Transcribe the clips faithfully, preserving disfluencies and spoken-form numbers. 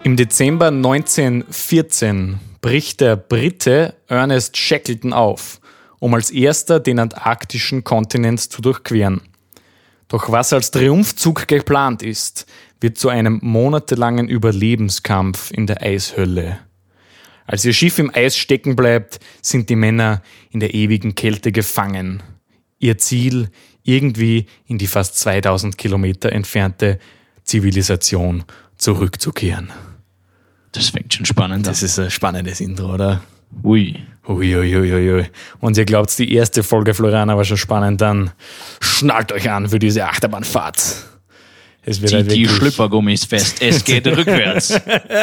Im Dezember neunzehnhundertvierzehn bricht der Brite Ernest Shackleton auf, um als erster den antarktischen Kontinent zu durchqueren. Doch was als Triumphzug geplant ist, wird zu einem monatelangen Überlebenskampf in der Eishölle. Als ihr Schiff im Eis stecken bleibt, sind die Männer in der ewigen Kälte gefangen. Ihr Ziel, irgendwie in die fast zweitausend Kilometer entfernte Zivilisation zurückzukehren. Das fängt schon spannend an. Das ist ein spannendes Intro, oder? Ui. Ui, ui, ui, ui, ui. Und ihr glaubt, die erste Folge Floriana war schon spannend, dann schnallt euch an für diese Achterbahnfahrt. Es wird Zieht halt die wirklich... Schlüppergummis fest, es geht rückwärts.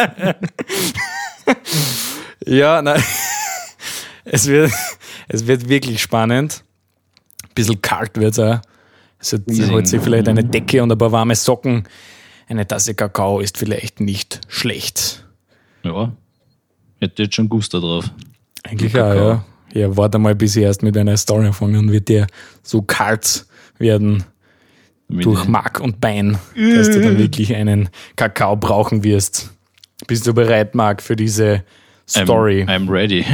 Ja, nein. Es wird, es wird wirklich spannend. Ein bisschen kalt wird es auch. Also holt sich vielleicht eine Decke und ein paar warme Socken. Eine Tasse Kakao ist vielleicht nicht schlecht. Ja, hätte jetzt schon Gusto drauf. Eigentlich auch, ja. Ja, warte mal, bis ich erst mit einer Story anfange und wird der so kalt werden Mit durch Mark und Bein, dass du dann wirklich einen Kakao brauchen wirst. Bist du bereit, Marc, für diese Story? I'm, I'm ready.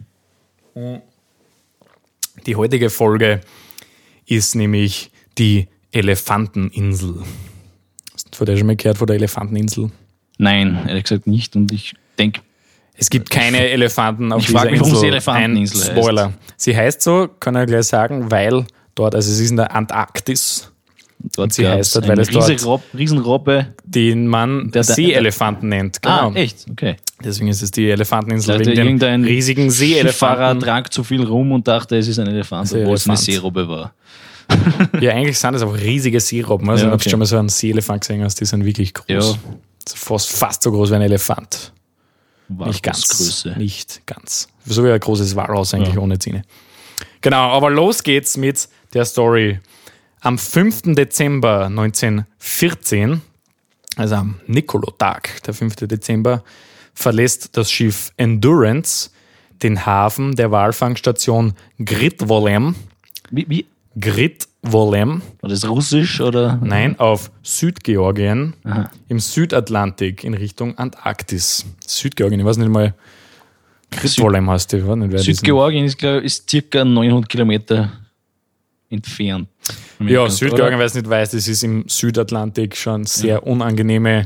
Die heutige Folge ist nämlich die Elefanteninsel. Hast du von der schon mal gehört, von der Elefanteninsel? Nein, ehrlich gesagt nicht. Und ich denke, Es gibt keine Elefanten auf Ich dieser frage mich, Insel. warum sie Elefanteninsel Ein Spoiler. Sie heißt so, kann ich gleich sagen, weil dort, also es ist in der Antarktis, dort sie gab's heißt dort, eine weil es dort- Riesenrob- Riesenrobbe. den man Der- der- Seeelefanten nennt. Genau. Ah, echt? Okay. Deswegen ist es die Elefanteninsel, Dachte, wegen dem irgendein riesigen Skifahrer Seeelefanten. trank zu viel rum und dachte, es ist ein Elefant, obwohl es eine Seeelefant. Seerobbe war. Ja, eigentlich sind es auch riesige Seerobben. Also, Ja, ob du okay. schon mal so einen Seeelefant gesehen hast, die sind wirklich groß. Ja. Also fast, fast so groß wie ein Elefant. War Nicht ganz. Größe. Nicht ganz. So wie ein großes Walhaus eigentlich Ja. ohne Zähne. Genau, aber los geht's mit der Story. Am fünften Dezember neunzehnhundertvierzehn, also am Nikolotag, der fünfte Dezember, verlässt das Schiff Endurance den Hafen der Walfangstation Grytvolem. Wie, wie? Grytvolem, War das russisch oder? nein, auf Südgeorgien Aha. im Südatlantik in Richtung Antarktis. Südgeorgien, ich weiß nicht mal, Grytvolem heißt die, ich weiß nicht, wer das ist. Südgeorgien ist, glaub, ist circa neunhundert Kilometer entfernt. Ja, Oder? Südgeorgien, wer es nicht weiß, das ist im Südatlantik schon sehr unangenehme,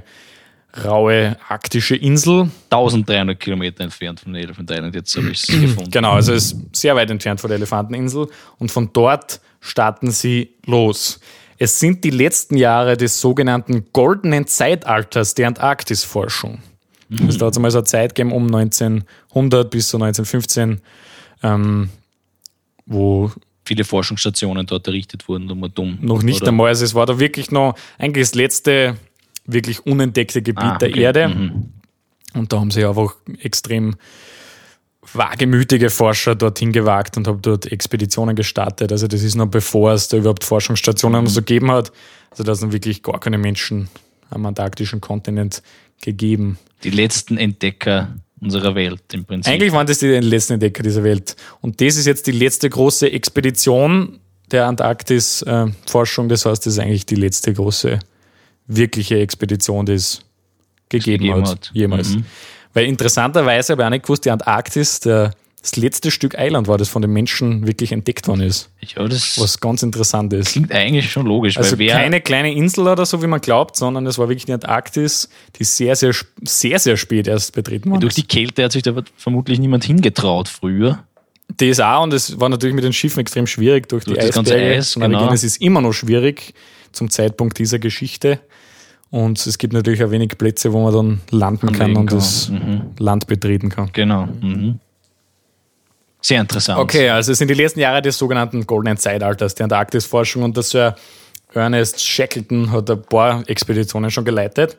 raue, arktische Insel. eintausenddreihundert Kilometer entfernt von der Elephant Island. Jetzt habe ich es gefunden. Genau, also es ist sehr weit entfernt von der Elefanteninsel und von dort starten sie los. Es sind die letzten Jahre des sogenannten goldenen Zeitalters der Antarktisforschung. Mhm. Es hat einmal so eine Zeit gegeben um neunzehnhundert bis so neunzehnhundertfünfzehn, ähm, wo Viele Forschungsstationen dort errichtet wurden, um dumm. noch nicht oder? einmal, also es war da wirklich noch eigentlich das letzte wirklich unentdeckte Gebiet Ah, der okay. Erde. Mhm. Und da haben sich einfach extrem wagemütige Forscher dorthin gewagt und haben dort Expeditionen gestartet. Also das ist noch bevor es da überhaupt Forschungsstationen Mhm. so gegeben hat. Also da sind wirklich gar keine Menschen am antarktischen Kontinent gegeben. Die letzten Entdecker unserer Welt im Prinzip. Eigentlich waren das die letzten Entdecker dieser Welt. Und das ist jetzt die letzte große Expedition der Antarktis-Forschung. Das heißt, das ist eigentlich die letzte große wirkliche Expedition, die es gegeben, gegeben hat, hat. jemals. Mhm. Weil interessanterweise habe ich auch nicht gewusst, die Antarktis der, das letzte Stück Eiland war, das von den Menschen wirklich entdeckt worden ist. Ja, das Was ganz interessant ist. klingt eigentlich schon logisch. Also weil wer, keine kleine Insel oder so, wie man glaubt, sondern es war wirklich die Antarktis, die sehr, sehr, sp- sehr, sehr spät erst betreten worden durch ist. die Kälte hat sich da vermutlich niemand hingetraut früher. Das auch, und es war natürlich mit den Schiffen extrem schwierig durch, Durch die das ganze Eisberge. Eis, zu navigieren. genau. Es ist immer noch schwierig zum Zeitpunkt dieser Geschichte. Und es gibt natürlich auch wenig Plätze, wo man dann landen kann Anlegen und kann. das Mhm. Land betreten kann. Genau. Mhm. Sehr interessant. Okay, also es sind die letzten Jahre des sogenannten goldenen Zeitalters der Antarktisforschung und der Sir Ernest Shackleton hat ein paar Expeditionen schon geleitet.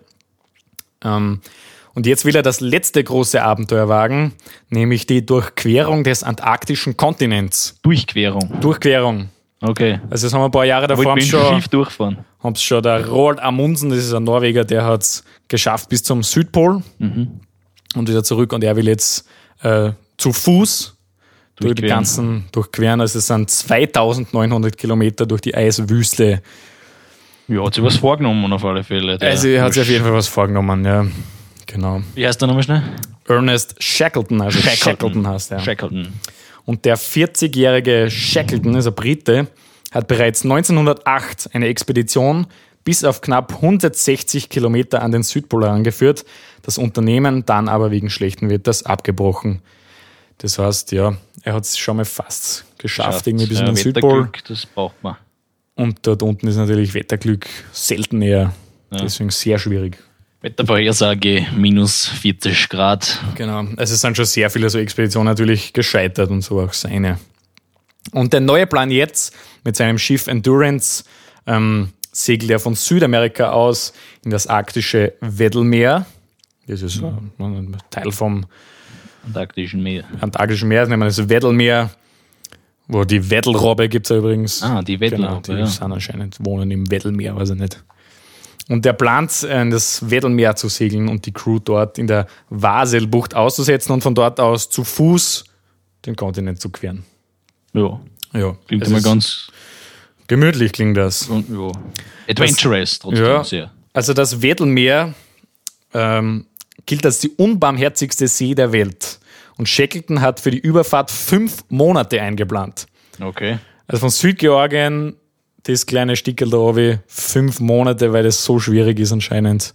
Ähm, und jetzt will er das letzte große Abenteuer wagen, nämlich die Durchquerung des antarktischen Kontinents. Durchquerung. Durchquerung. Okay. Also das haben wir ein paar Jahre davor Wollt haben mit schon, dem Schiff durchfahren. haben's schon der Roald Amundsen, das ist ein Norweger, der hat es geschafft bis zum Südpol Mhm. und wieder zurück und er will jetzt äh, zu Fuß durch die Durchqueren. ganzen durchqueren. Also es sind zweitausendneunhundert Kilometer durch die Eiswüste. Ja, hat sich was vorgenommen auf alle Fälle. Der Also er hat sich auf jeden Fall was vorgenommen, ja. Genau. Wie heißt der nochmal schnell? Ernest Shackleton, also Shackleton, Shackleton heißt er. Shackleton. Und der vierzigjährige Shackleton, ist ein Brite, hat bereits neunzehnhundertacht eine Expedition bis auf knapp hundertsechzig Kilometer an den Südpol herangeführt, das Unternehmen dann aber wegen schlechten Wetters abgebrochen. Das heißt, ja, er hat es schon mal fast geschafft, Schafft. irgendwie bis ja, in den Südpol. Das braucht man. Und dort unten ist natürlich Wetterglück selten eher, Ja. deswegen sehr schwierig. Wettervorhersage minus vierzig Grad. Genau, also es sind schon sehr viele so Expeditionen natürlich gescheitert und so auch seine. Und der neue Plan jetzt mit seinem Schiff Endurance ähm, segelt er von Südamerika aus in das arktische Weddellmeer. Das ist ein, ein Teil vom Antarktischen Meer. Antarktischen Meer, das nennt man das Weddellmeer, wo die Weddellrobbe gibt es ja übrigens. Ah, die Weddellrobbe, Genau, die ja. sind anscheinend, wohnen im Weddellmeer, weiß ich nicht. Und der plant, in das Weddellmeer zu segeln und die Crew dort in der Vaselbucht auszusetzen und von dort aus zu Fuß den Kontinent zu queren. Ja, Ja, klingt es immer ist ganz gemütlich klingt das. und, ja. adventurous trotzdem Ja, sehr. also das Weddellmeer ähm, gilt als die unbarmherzigste See der Welt. Und Shackleton hat für die Überfahrt fünf Monate eingeplant. Okay. Also von Südgeorgien, das kleine Stickerl da oben, fünf Monate, weil es so schwierig ist anscheinend,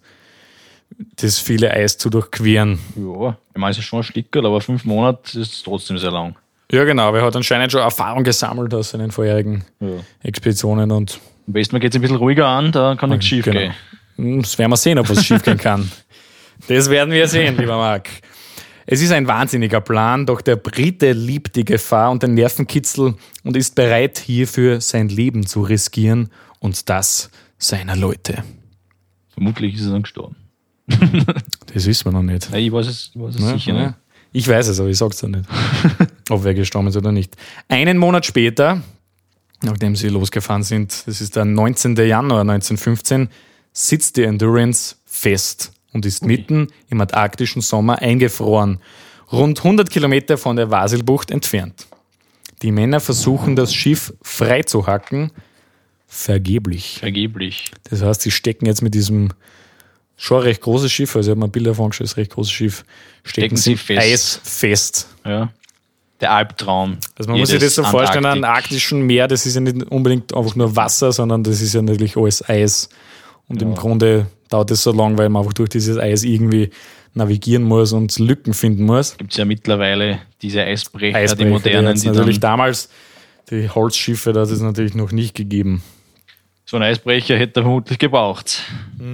das viele Eis zu durchqueren. Ja, ich meine, es ist schon ein Stickerl, aber fünf Monate ist trotzdem sehr lang. Ja genau, aber er hat anscheinend schon Erfahrung gesammelt aus seinen vorherigen Ja. Expeditionen und Am besten man geht es ein bisschen ruhiger an, da kann nichts schief genau. gehen. Das werden wir sehen, ob was schief gehen kann. Das werden wir sehen, lieber Marc. Es ist ein wahnsinniger Plan, doch der Brite liebt die Gefahr und den Nervenkitzel und ist bereit, hierfür sein Leben zu riskieren und das seiner Leute. Vermutlich ist er dann gestorben. Das wissen wir noch nicht. Nein, ich weiß es, ich weiß es Ja, sicher ja. nicht. Ich weiß es, aber ich sag's dir nicht. Ob wer gestorben ist oder nicht. Einen Monat später, nachdem sie losgefahren sind, das ist der neunzehnten Januar neunzehnhundertfünfzehn, sitzt die Endurance fest und ist mitten im antarktischen Sommer eingefroren, rund hundert Kilometer von der Vaselbucht entfernt. Die Männer versuchen, das Schiff freizuhacken, vergeblich. Vergeblich. Das heißt, sie stecken jetzt mit diesem schon recht großes Schiff, also ich habe mir Bilder davon geschaut, das recht großes Schiff, stecken, Stecken sie sie fest. Eis fest. Ja. Der Albtraum. Also man muss sich das jedes so vorstellen, ein Antarktik. arktischen Meer, das ist ja nicht unbedingt einfach nur Wasser, sondern das ist ja natürlich alles Eis. Und Ja. im Grunde dauert es so lang, weil man einfach durch dieses Eis irgendwie navigieren muss und Lücken finden muss. Gibt es ja mittlerweile diese Eisbrecher, Eisbrecher, die modernen, hat's die natürlich dann, damals, die Holzschiffe, da hat es natürlich noch nicht gegeben. so ein Eisbrecher hätte er vermutlich gebraucht.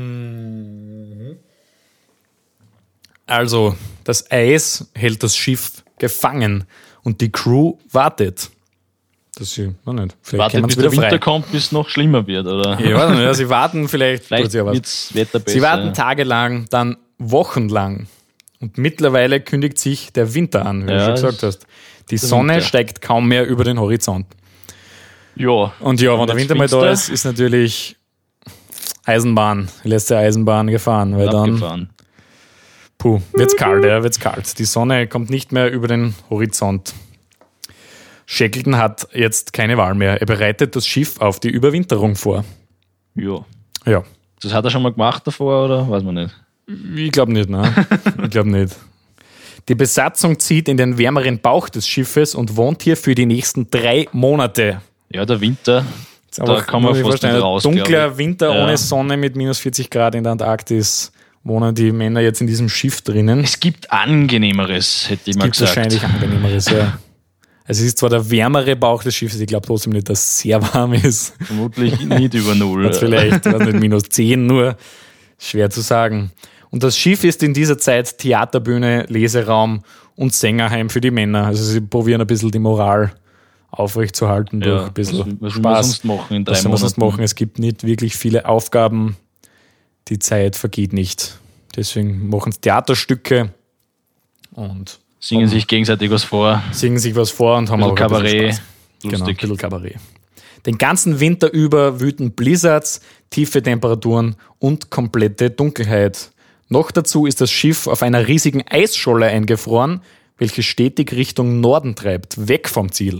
Also, das Eis hält das Schiff gefangen und die Crew wartet. Dass sie, noch nicht, vielleicht Wartet, kommen bis sie wieder der Winter frei. kommt, bis es noch schlimmer wird, oder? Ja, warte mal, ja, sie warten vielleicht, Vielleicht tut sie ja was. wird das Wetter besser. Sie warten tagelang, dann wochenlang. Und mittlerweile kündigt sich der Winter an, wie Ja, du schon gesagt hast. Die der Sonne Winter. steigt kaum mehr über den Horizont. Ja. Und ja, wenn der jetzt Winter mal da finster, ist, ist natürlich Eisenbahn, die letzte Eisenbahn gefahren, weil dann, abgefahren. puh, wird's kalt, ja, wird's kalt. Die Sonne kommt nicht mehr über den Horizont. Shackleton hat jetzt keine Wahl mehr. Er bereitet das Schiff auf die Überwinterung vor. Ja. Ja, Das hat er schon mal gemacht davor, oder? Weiß man nicht. ich glaube nicht, ne? Ich glaube nicht. Die Besatzung zieht in den wärmeren Bauch des Schiffes und wohnt hier für die nächsten drei Monate. Ja, der Winter, Jetzt da kann man muss ich fast vorstellen, nicht ein raus, dunkler glaub ich. Winter Ja. ohne Sonne mit minus vierzig Grad in der Antarktis. Wohnen die Männer jetzt in diesem Schiff drinnen? Es gibt angenehmeres, hätte ich mal Gibt gesagt. wahrscheinlich angenehmeres, ja. Also es ist zwar der wärmere Bauch des Schiffes, ich glaube trotzdem nicht, dass es sehr warm ist. Vermutlich nicht über Null. Hat's vielleicht, weiß nicht, minus zehn nur. Schwer zu sagen. Und das Schiff ist in dieser Zeit Theaterbühne, Leseraum und Sängerheim für die Männer. Also sie probieren ein bisschen die Moral aufrechtzuerhalten durch Ja, ein bisschen was, was will man Spaß. sonst machen in drei Was soll man sonst Monaten? machen? Es gibt nicht wirklich viele Aufgaben. Die Zeit vergeht nicht. Deswegen machen sie Theaterstücke und Singen sich gegenseitig was vor. singen sich was vor und haben Bisschen auch ein bisschen Kabarett. Spaß. Genau, ein Lustig. bisschen Kabarett. Den ganzen Winter über wüten Blizzards, tiefe Temperaturen und komplette Dunkelheit. Noch dazu ist das Schiff auf einer riesigen Eisscholle eingefroren, welche stetig Richtung Norden treibt, weg vom Ziel.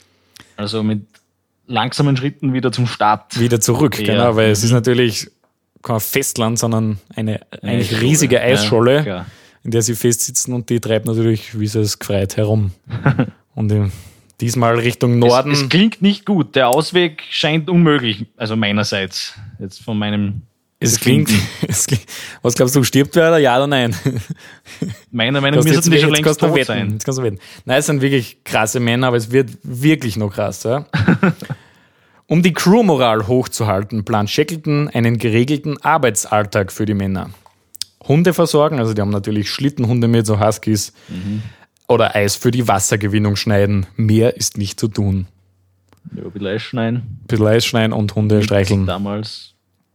Also mit langsamen Schritten wieder zum Start. Wieder zurück, Ja. genau, weil es ist natürlich kein Festland, sondern eine Eine eigentlich Schule. riesige Eisscholle, Ja, klar. in der sie festsitzen und die treibt natürlich, wie sie es gefreut, herum. Und in, diesmal Richtung Norden. Es, es klingt nicht gut. Der Ausweg scheint unmöglich, also meinerseits. Jetzt von meinem. Es klingt, es klingt, was glaubst du, stirbt wer, ja oder nein? Meiner Meinung Kannst nach jetzt- müssten die schon jetzt längst kannst du tot wetten. sein. Jetzt kannst du wetten. Nein, es sind wirklich krasse Männer, aber es wird wirklich noch krass. Ja? Um die Crewmoral hochzuhalten, plant Shackleton einen geregelten Arbeitsalltag für die Männer. Hunde versorgen, also die haben natürlich Schlittenhunde mit, so Huskies, oder Eis für die Wassergewinnung schneiden. Mehr ist nicht zu tun. Ja, ein bisschen Eis schneiden. Ein bisschen Eis schneiden und Hunde streicheln. Damals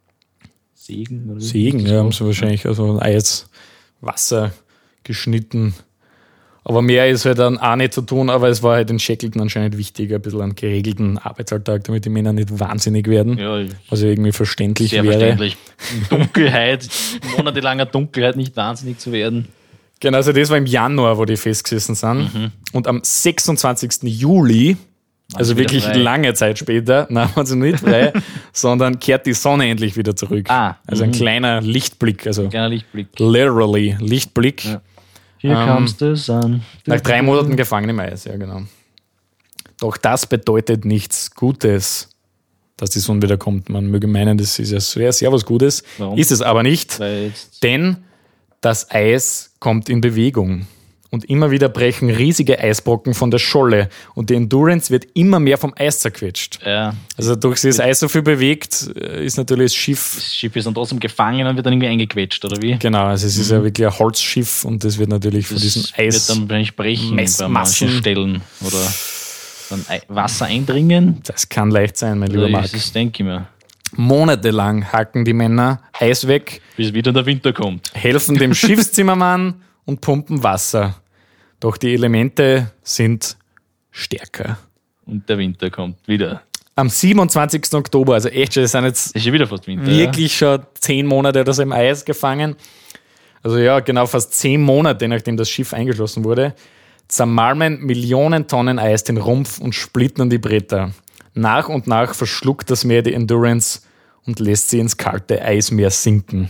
Segen. Oder wie? Segen, ja, haben sie wahrscheinlich also Eis, Wasser geschnitten. Aber mehr ist halt dann auch nicht zu tun, aber es war halt in Shackleton anscheinend wichtig, ein bisschen einen geregelten Arbeitsalltag, damit die Männer nicht wahnsinnig werden. Ja, Was ja irgendwie verständlich sehr wäre. verständlich. In Dunkelheit, monatelanger Dunkelheit nicht wahnsinnig zu werden. Genau, also das war im Januar, wo die festgesessen sind. Mhm. Und am sechsundzwanzigsten Juli, also sie wieder wirklich frei? lange Zeit später, nein, waren sie nicht frei, sondern kehrt die Sonne endlich wieder zurück. Ah, also ein kleiner Lichtblick, also Kleiner Lichtblick. literally Lichtblick. Ja. Here Ähm, comes the sun. Nach drei Monaten gefangen im Eis, ja genau. Doch das bedeutet nichts Gutes, dass die Sonne wieder kommt. Man möge meinen, das ist ja sehr, sehr was Gutes. Warum? Ist es aber nicht, Weil jetzt denn das Eis kommt in Bewegung. Und immer wieder brechen riesige Eisbrocken von der Scholle und die Endurance wird immer mehr vom Eis zerquetscht. ja, Also durch das Eis so viel bewegt, äh, ist natürlich das Schiff, das Schiff ist dann trotzdem gefangen und wird dann irgendwie eingequetscht, oder wie? genau, also es ist ja wirklich ein Holzschiff und das wird natürlich von Das diesem Eis... wird dann wahrscheinlich brechen bei Messmassen. manchen Stellen. Oder dann Ei- Wasser eindringen. Das kann leicht sein, mein lieber Oder Marc. ist es, denke ich mir, Monatelang hacken die Männer Eis weg, bis wieder der Winter kommt. helfen dem Schiffszimmermann und pumpen Wasser. Doch die Elemente sind stärker. Und der Winter kommt wieder. Am siebenundzwanzigsten Oktober, also echt schon, das sind jetzt Es ist schon wieder fast Winter. wirklich schon zehn Monate oder so im Eis gefangen. Also ja, genau fast zehn Monate, nachdem das Schiff eingeschlossen wurde, zermalmen Millionen Tonnen Eis den Rumpf und splittern die Bretter. Nach und nach verschluckt das Meer die Endurance und lässt sie ins kalte Eismeer sinken.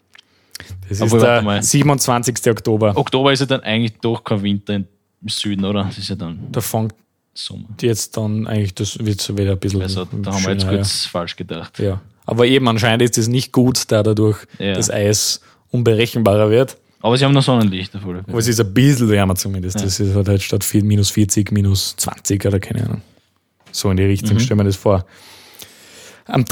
Das Aber ist warte der mal. siebenundzwanzigsten Oktober. Ja. Oktober ist ja dann eigentlich doch kein Winter im Süden, oder? Das ist ja dann Da fängt Sommer. jetzt dann eigentlich, das wird so wieder ein bisschen Also da haben wir jetzt schöner, kurz falsch gedacht. ja. Ja. Aber eben anscheinend ist es nicht gut, da dadurch Ja. das Eis unberechenbarer wird. Aber sie haben noch Sonnenlicht dafür. Aber es ist ein bisschen wärmer zumindest. Das ist halt, halt statt vier- minus vierzig, minus zwanzig oder keine Ahnung. So in die Richtung, Mhm. stellen wir das vor. Am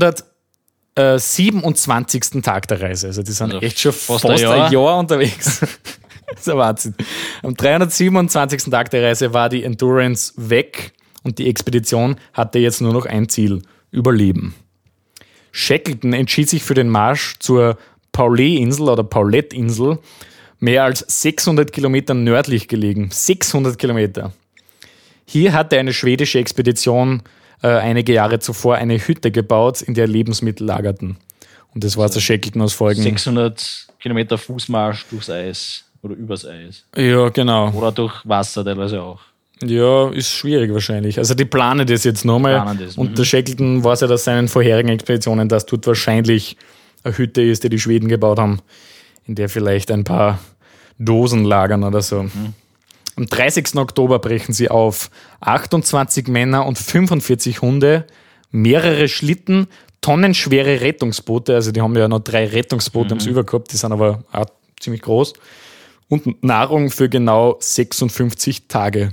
dreihundertsiebenundzwanzigsten Tag der Reise, also die sind Also echt schon fast fast, ein Jahr. ein Jahr unterwegs. Das ist ein Wahnsinn. Am dreihundertsiebenundzwanzigsten Tag der Reise war die Endurance weg und die Expedition hatte jetzt nur noch ein Ziel: Überleben. Shackleton entschied sich für den Marsch zur Paulet-Insel oder Paulette-Insel, mehr als sechshundert Kilometer nördlich gelegen. sechshundert Kilometer. Hier hatte eine schwedische Expedition äh, einige Jahre zuvor eine Hütte gebaut, in der Lebensmittel lagerten. Und das war der Shackleton aus Folgen. sechshundert Kilometer Fußmarsch durchs Eis oder übers Eis. Ja, genau. Oder durch Wasser teilweise auch. Ja, ist schwierig wahrscheinlich. Also die planen das jetzt nochmal. Planen das, Und mhm. der Shackleton weiß ja aus seinen vorherigen Expeditionen, dass dort wahrscheinlich eine Hütte ist, die die Schweden gebaut haben, in der vielleicht ein paar Dosen lagern oder so. Mhm. Am dreißigsten Oktober brechen sie auf. achtundzwanzig Männer und fünfundvierzig Hunde, mehrere Schlitten, tonnenschwere Rettungsboote, also die haben ja noch drei Rettungsboote Mhm. am Über gehabt, die sind aber auch ziemlich groß, und Nahrung für genau sechsundfünfzig Tage.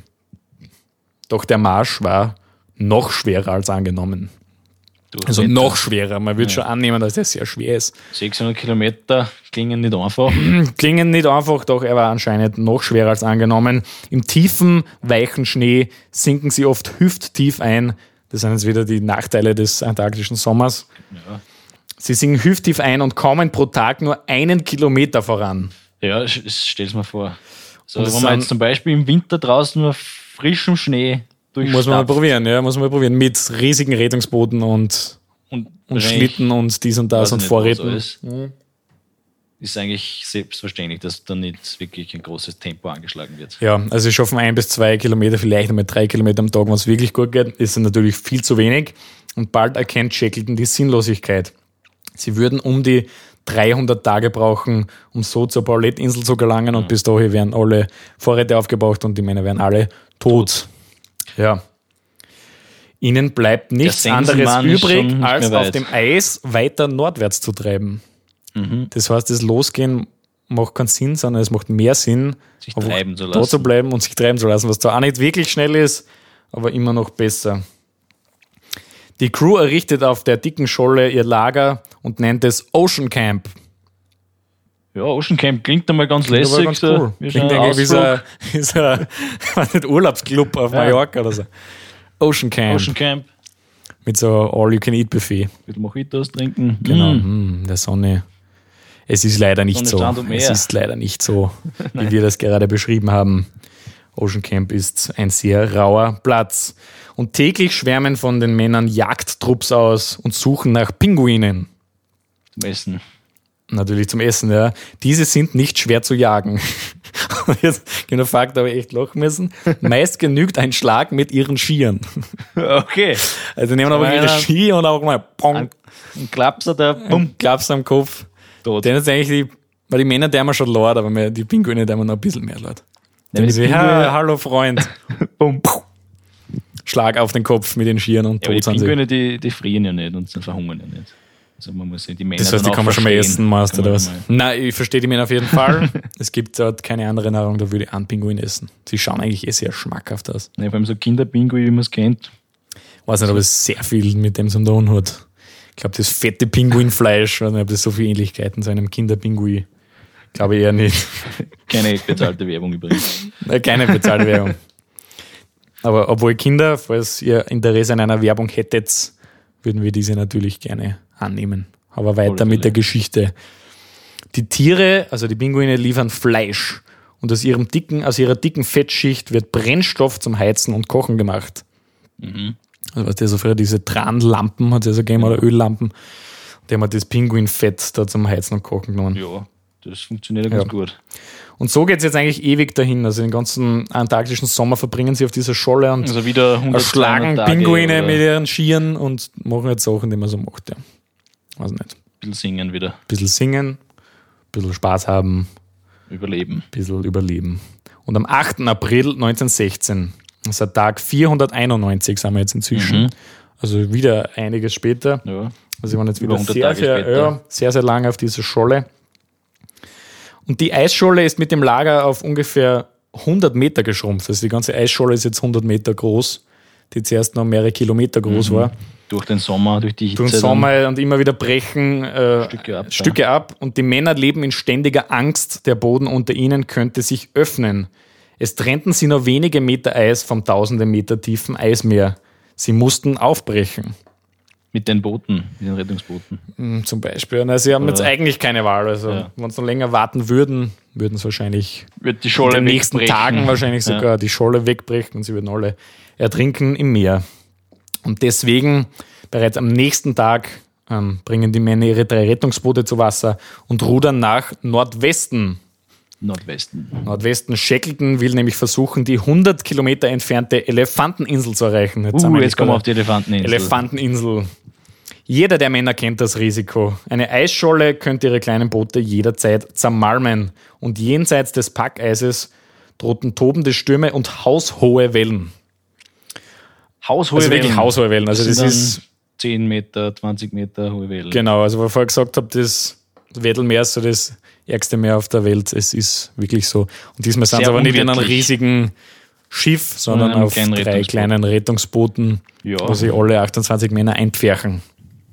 Doch der Marsch war noch schwerer als angenommen. Durch Also Wetter. noch schwerer. Man würde schon annehmen, dass er sehr schwer ist. sechshundert Kilometer klingen nicht einfach. Klingen nicht einfach, doch er war anscheinend noch schwerer als angenommen. Im tiefen, weichen Schnee sinken sie oft hüfttief ein. Das sind jetzt wieder die Nachteile des antarktischen Sommers. Ja, Sie sinken hüfttief ein und kommen pro Tag nur einen Kilometer voran. ja stell es mir vor. So, Und es wenn man sind- jetzt zum Beispiel im Winter draußen nur frischem Schnee Muss man mal durchstapft probieren, ja, muss man mal probieren. Mit riesigen Rettungsbooten und, und, und wahrscheinlich- Schlitten und dies und das weiß und ich nicht, Vorräten. was alles. Ist eigentlich selbstverständlich, dass da nicht wirklich ein großes Tempo angeschlagen wird. Ja, also sie schaffen ein bis zwei Kilometer, vielleicht einmal drei Kilometer am Tag, wenn es wirklich gut geht, ist natürlich viel zu wenig. Und bald erkennt Shackleton die Sinnlosigkeit. Sie würden um die dreihundert Tage brauchen, um so zur Paulet-Insel zu gelangen und mhm. bis dahin wären alle Vorräte aufgebraucht und die Männer wären alle tot. Ja. Ihnen bleibt nichts anderes übrig, als auf dem Eis weiter nordwärts zu treiben. Mhm. Das heißt, das Losgehen macht keinen Sinn, sondern es macht mehr Sinn, sich treiben zu lassen. da zu bleiben und sich treiben zu lassen, was zwar auch nicht wirklich schnell ist, aber immer noch besser. Die Crew errichtet auf der dicken Scholle ihr Lager und nennt es Ocean Camp. Ja, Ocean Camp klingt einmal ganz klingt lässig. Ganz cool. So, klingt eigentlich wie so ein, wie so ein nicht Urlaubsclub auf ja. Mallorca oder so. Ocean Camp. Ocean Camp. Mit so All-You-Can-Eat-Buffet. Ein bisschen Mojitos trinken. Genau, mm. der Sonne. Es ist leider nicht so. Es ist leider nicht so, wie wir das gerade beschrieben haben. Ocean Camp ist ein sehr rauer Platz. Und täglich schwärmen von den Männern Jagdtrupps aus und suchen nach Pinguinen. Zum Essen. Natürlich zum Essen, ja. Diese sind nicht schwer zu jagen. Jetzt, genau, Fakt, habe ich echt lachen müssen. Meist genügt ein Schlag mit ihren Skiern. Okay. Also nehmen aber ihre Ski und auch mal Pong. Ein Klapser da, bumm. Klaps am Kopf. Tot. Den ist eigentlich die, weil die Männer, die haben wir schon leid, aber mehr, die Pinguine, die haben wir noch ein bisschen mehr leid. Ja, die ha, hallo Freund. Bumm. Schlag auf den Kopf mit den Skiern und ja, tot sind sie. Die Pinguine, die, die frieren ja nicht und sie verhungern ja nicht. Also man muss die Männer das heißt, die kann man schon mal essen, meinst du, oder was? Nein, ich verstehe die Männer auf jeden Fall. Es gibt dort keine andere Nahrung, da würde ich einen Pinguin essen. Sie schauen eigentlich eh sehr schmackhaft aus. Ja, vor allem so Kinderpinguin, wie man es kennt. Ich weiß nicht, ob es sehr viel mit dem zu tun hat. Ich glaube, das fette Pinguinfleisch, ich weiß nicht, ob das so viele Ähnlichkeiten zu einem Kinderpinguin. Glaube ich eher nicht. Keine bezahlte Werbung übrigens. Nein, keine bezahlte Werbung. Aber obwohl Kinder, falls ihr Interesse an einer Werbung hättet, würden wir diese natürlich gerne annehmen. Aber weiter mit der Geschichte. Die Tiere, also die Pinguine, liefern Fleisch und aus ihrem dicken, aus ihrer dicken Fettschicht wird Brennstoff zum Heizen und Kochen gemacht. Mhm. Also was der so früher diese Tranlampen hat es ja so gegeben, oder Öllampen. Die haben das Pinguinfett da zum Heizen und Kochen genommen. Ja, das funktioniert ja ganz gut. Und so geht es jetzt eigentlich ewig dahin. Also den ganzen antarktischen Sommer verbringen sie auf dieser Scholle und also wieder erschlagen Pinguine oder mit ihren Skiern und machen jetzt Sachen, die man so macht. Ja. Weiß nicht. Ein bisschen singen wieder. Ein bisschen singen, ein bisschen Spaß haben. Überleben. Ein bisschen überleben. Und am achten April neunzehnhundertsechzehn, das ist der Tag vierhunderteinundneunzig, sind wir jetzt inzwischen. Mhm. Also wieder einiges später. Ja. Also wir waren jetzt wieder sehr, sehr, ja, sehr, sehr lange auf dieser Scholle. Und die Eisscholle ist mit dem Lager auf ungefähr hundert Meter geschrumpft. Also die ganze Eisscholle ist jetzt hundert Meter groß, die zuerst noch mehrere Kilometer groß mhm. war. Durch den Sommer, durch die Hitze. Durch den Sommer und immer wieder brechen äh, Stücke, ab, Stücke ja. ab. Und die Männer leben in ständiger Angst, der Boden unter ihnen könnte sich öffnen. Es trennten sie nur wenige Meter Eis vom tausende Meter tiefen Eismeer. Sie mussten aufbrechen. Mit den Booten, mit den Rettungsbooten. Mm, zum Beispiel. Also sie haben Oder jetzt eigentlich keine Wahl. Also ja. wenn sie noch länger warten würden, würden sie wahrscheinlich Wird die Scholle in den nächsten wegbrechen. Tagen wahrscheinlich sogar ja. die Scholle wegbrechen und sie würden alle ertrinken im Meer. Und deswegen bereits am nächsten Tag ähm, bringen die Männer ihre drei Rettungsboote zu Wasser und rudern nach Nordwesten. Nordwesten. Nordwesten. Shackleton will nämlich versuchen, die hundert Kilometer entfernte Elefanteninsel zu erreichen. Jetzt, uh, jetzt kommen wir auf die Elefanteninsel. Elefanteninsel. Jeder der Männer kennt das Risiko. Eine Eisscholle könnte ihre kleinen Boote jederzeit zermalmen. Und jenseits des Packeises drohten tobende Stürme und haushohe Wellen. Haushohe also Wellen? Wirklich haushohe Wellen. Also das, das ist zehn Meter, zwanzig Meter hohe Wellen. Genau, also wo ich vorher gesagt habe, das Weddellmeer ist so das ärgste Meer auf der Welt. Es ist wirklich so. Und diesmal sind sie aber nicht in einem riesigen Schiff, sondern auf drei kleinen Rettungsbooten, ja. wo sie alle achtundzwanzig Männer einpferchen.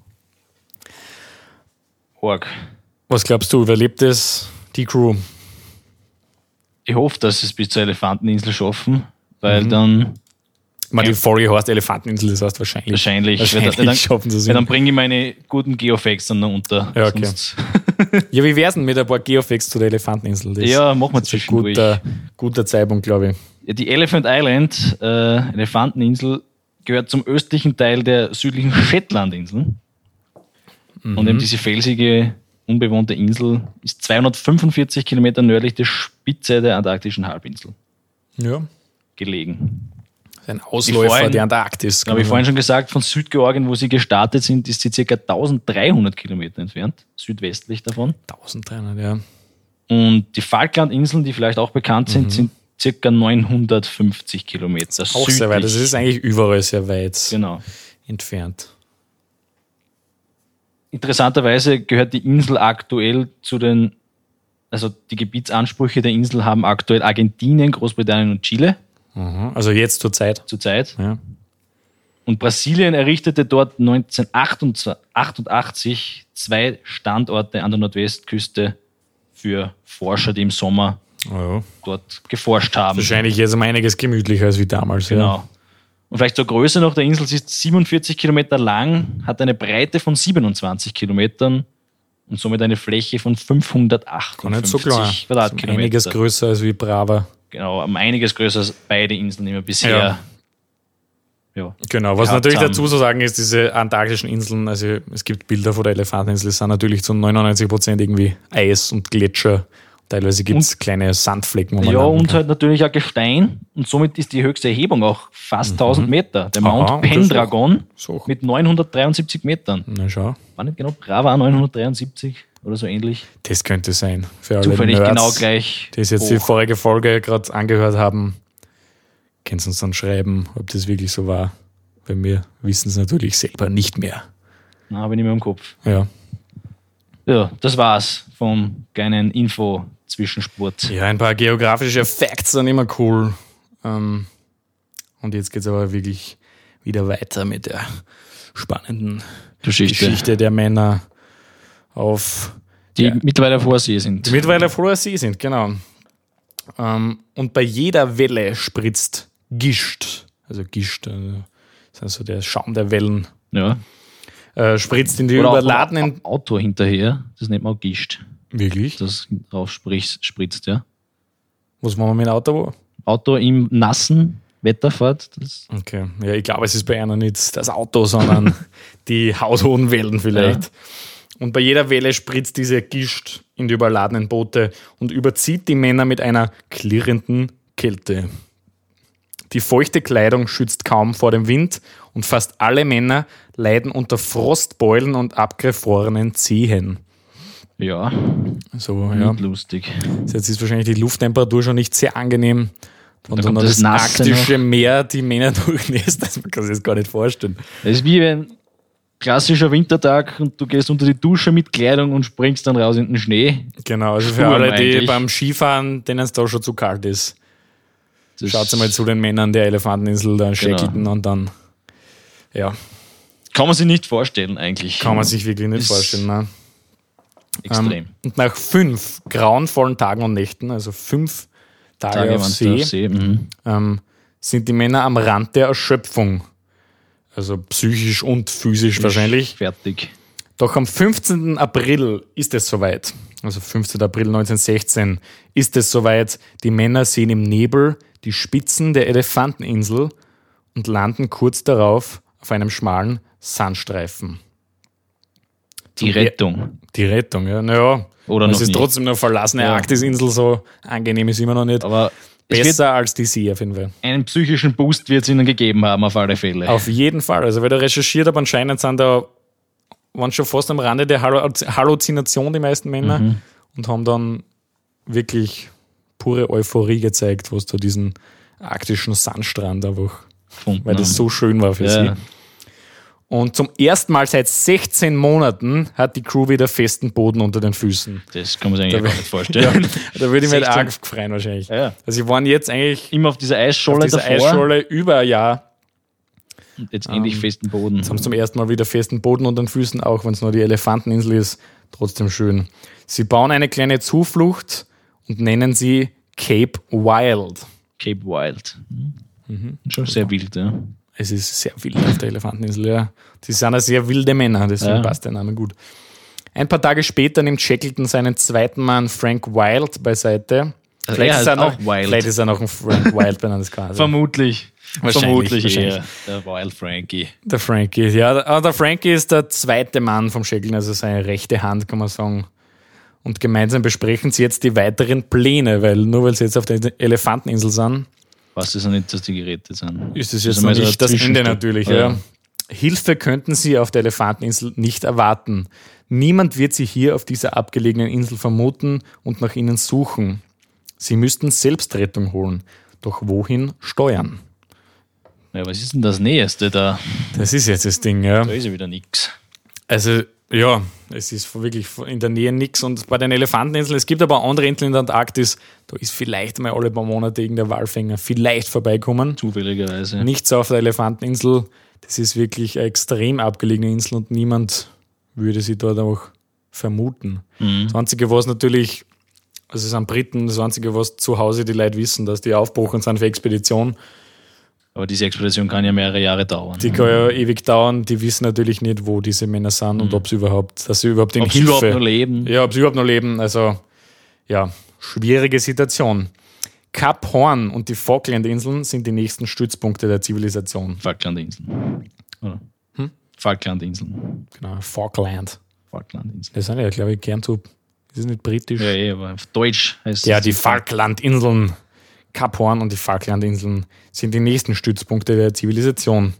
Org. Was glaubst du, überlebt es die Crew? Ich hoffe, dass sie es bis zur Elefanteninsel schaffen, weil mhm. dann... Ich meine, die Folge heißt Elefanteninsel, das heißt wahrscheinlich. Wahrscheinlich. wahrscheinlich dann, schaffen sie es. Ja, dann bringe ich meine guten Geofacts dann noch unter. Ja, okay. Ja, wie wär's denn mit ein paar Geofacts zu der Elefanteninsel? Das ja, machen wir zwischendurch. Ein guter, guter Zeitpunkt, glaube ich. Ja, die Elephant Island, äh, Elefanteninsel, gehört zum östlichen Teil der südlichen Shetlandinseln. Mhm. Und eben diese felsige, unbewohnte Insel ist zweihundertfünfundvierzig Kilometer nördlich der Spitze der antarktischen Halbinsel ja. gelegen. Ein Ausläufer vorhin, der Antarktis. Habe ich vorhin schon gesagt, von Südgeorgien, wo sie gestartet sind, ist sie ca. dreizehnhundert Kilometer entfernt, südwestlich davon. dreizehnhundert, ja. Und die Falklandinseln, die vielleicht auch bekannt sind, mhm. sind ca. neunhundertfünfzig Kilometer. Das ist auch sehr weit, das ist eigentlich überall sehr weit genau. entfernt. Interessanterweise gehört die Insel aktuell zu den, also die Gebietsansprüche der Insel haben aktuell Argentinien, Großbritannien und Chile. Mhm. Also jetzt zur Zeit. Zur Zeit. Ja. Und Brasilien errichtete dort neunzehnhundertachtundachtzig zwei Standorte an der Nordwestküste für Forscher, die im Sommer oh ja. dort geforscht haben. Wahrscheinlich jetzt um einiges gemütlicher als wie damals. Genau. Ja. Und vielleicht zur Größe noch, der Insel ist siebenundvierzig Kilometer lang, hat eine Breite von siebenundzwanzig Kilometern und somit eine Fläche von fünfhundertachtundfünfzig so Quadratkilometer. Einiges größer als wie Brava. Genau, um einiges größer als beide Inseln, die wir bisher ja. Ja, genau, was natürlich haben. dazu zu sagen ist, diese antarktischen Inseln, also es gibt Bilder von der Elefanteninsel, sind natürlich zu neunundneunzig Prozent irgendwie Eis und Gletscher. Teilweise gibt es kleine Sandflecken. Wo man ja, und kann. halt natürlich auch Gestein. Und somit ist die höchste Erhebung auch fast mhm. tausend Meter. Der Mount Aha, Pendragon so. mit neunhundertdreiundsiebzig Metern. Na schau. War nicht genau Brava neunhundertdreiundsiebzig oder so ähnlich? Das könnte sein. Für alle Zufällig Nerds, genau gleich. die jetzt hoch. Die vorige Folge gerade angehört haben, können Sie uns dann schreiben, ob das wirklich so war. Weil wir wissen es natürlich selber nicht mehr. Na, habe ich nicht mehr im Kopf. Ja. Ja, das war's vom kleinen Info-Zwischenspurt. Ja, ein paar geografische Facts sind immer cool. Und jetzt geht's aber wirklich wieder weiter mit der spannenden Geschichte, Geschichte der Männer auf die ja, mittlerweile auf hoher See sind. Die mittlerweile auf hoher See sind, genau. Und bei jeder Welle spritzt Gischt. Also Gischt, also das ist also der Schaum der Wellen. Ja. Äh, spritzt in die Oder überladenen... Auch Auto hinterher, das nennt man auch Gischt. Wirklich? Das drauf spritzt, spritzt, ja. Was machen wir mit dem Auto? Auto im nassen Wetter fährt. Das okay, ja, ich glaube, es ist bei einer nicht das Auto, sondern die haushohen Wellen vielleicht. Ja. Und bei jeder Welle spritzt diese Gischt in die überladenen Boote und überzieht die Männer mit einer klirrenden Kälte. Die feuchte Kleidung schützt kaum vor dem Wind und fast alle Männer leiden unter Frostbeulen und abgefrorenen Zehen. Ja, so, ja. lustig. Jetzt ist wahrscheinlich die Lufttemperatur schon nicht sehr angenehm. Und dann noch das, das arktische noch. Meer die Männer durchnässt. Das man kann sich das gar nicht vorstellen. Das ist wie ein klassischer Wintertag und du gehst unter die Dusche mit Kleidung und springst dann raus in den Schnee. Genau, also für alle, die eigentlich. beim Skifahren, denen es da schon zu kalt ist. Das schaut mal zu den Männern der Elefanteninsel, da Shackleton genau. und dann, ja. Kann man sich nicht vorstellen eigentlich. Kann man sich wirklich nicht ist vorstellen, ne? Extrem. Ähm, und nach fünf grauenvollen Tagen und Nächten, also fünf Tage, Tage auf See, auf See. Mhm. Ähm, sind die Männer am Rand der Erschöpfung. Also psychisch und physisch ich wahrscheinlich. Fertig. Doch am fünfzehnten April ist es soweit. Also fünfzehnten April neunzehnhundertsechzehn ist es soweit. Die Männer sehen im Nebel die Spitzen der Elefanteninsel und landen kurz darauf auf einem schmalen Sandstreifen. Die Rettung. Die Rettung, ja. Naja, Oder noch es ist nicht. trotzdem eine verlassene ja. Arktisinsel, so angenehm ist immer noch nicht. Aber besser als die See auf jeden Fall. Einen psychischen Boost wird es ihnen gegeben haben, auf alle Fälle. Auf jeden Fall. Also, weil ich recherchiert habe, anscheinend sind da waren schon fast am Rande der Halluzination die meisten Männer mhm. und haben dann wirklich pure Euphorie gezeigt, was da diesen arktischen Sandstrand einfach, Gefunden weil das haben. so schön war für ja. sie. Und zum ersten Mal seit sechzehn Monaten hat die Crew wieder festen Boden unter den Füßen. Das kann man sich eigentlich gar nicht vorstellen. Ja, da würde ich mich arg freuen wahrscheinlich. Ja. Also sie waren jetzt eigentlich immer auf dieser Eisscholle auf dieser davor. Eisscholle über ein Jahr. Und jetzt endlich ähm, festen Boden. Jetzt haben sie zum ersten Mal wieder festen Boden unter den Füßen, auch wenn es nur die Elefanteninsel ist. Trotzdem schön. Sie bauen eine kleine Zuflucht und nennen sie Cape Wild. Cape Wild. Mhm. Schon sehr wild, ja. Es ist sehr wild auf der Elefanteninsel, ja. Sie sind ja sehr wilde Männer, deswegen ja. passt der Name gut. Ein paar Tage später nimmt Shackleton seinen zweiten Mann Frank Wild beiseite. Also vielleicht, ist er noch, Wild. vielleicht ist er noch ein Frank Wild benannt. Also. Vermutlich. Wahrscheinlich, Vermutlich wahrscheinlich. eher der Wild Frankie. Der Frankie, ja. Aber der Frankie ist der zweite Mann vom Shackleton, also seine rechte Hand, kann man sagen. Und gemeinsam besprechen sie jetzt die weiteren Pläne, weil nur weil sie jetzt auf der Elefanteninsel sind, Weiß es ja nicht, dass die gerettet sind. Ist es jetzt noch nicht das Ende natürlich, ja. ja. Hilfe könnten sie auf der Elefanteninsel nicht erwarten. Niemand wird sie hier auf dieser abgelegenen Insel vermuten und nach ihnen suchen. Sie müssten Selbstrettung holen. Doch wohin steuern? Ja, was ist denn das Nächste da? Das ist jetzt das Ding, ja. Da ist ja wieder nichts. Also, ja, es ist wirklich in der Nähe nichts. Und bei den Elefanteninseln, es gibt aber auch andere Inseln in der Antarktis, da ist vielleicht mal alle paar Monate irgendein Walfänger vielleicht vorbeikommen. Zufälligerweise. Nichts auf der Elefanteninsel. Das ist wirklich eine extrem abgelegene Insel und niemand würde sie dort auch vermuten. Mhm. Das Einzige, was natürlich, also es sind Briten, das Einzige, was zu Hause die Leute wissen, dass die aufgebrochen sind für Expedition. Aber diese Expedition kann ja mehrere Jahre dauern. Die kann ja ewig dauern. Die wissen natürlich nicht, wo diese Männer sind mhm. und ob sie überhaupt, dass sie überhaupt in ob Hilfe... Ob sie überhaupt noch leben. Ja, ob sie überhaupt noch leben. Also, ja, schwierige Situation. Kap Horn und die Falklandinseln sind die nächsten Stützpunkte der Zivilisation. Falklandinseln. Oder? Hm? Falklandinseln. Genau, Falkland. Falklandinseln. Das sind ja, glaube ich, gern so... Das ist nicht britisch. Ja, ja, aber auf Deutsch heißt es... Ja, die Falklandinseln. Kap Horn und die Falklandinseln sind die nächsten Stützpunkte der Zivilisation.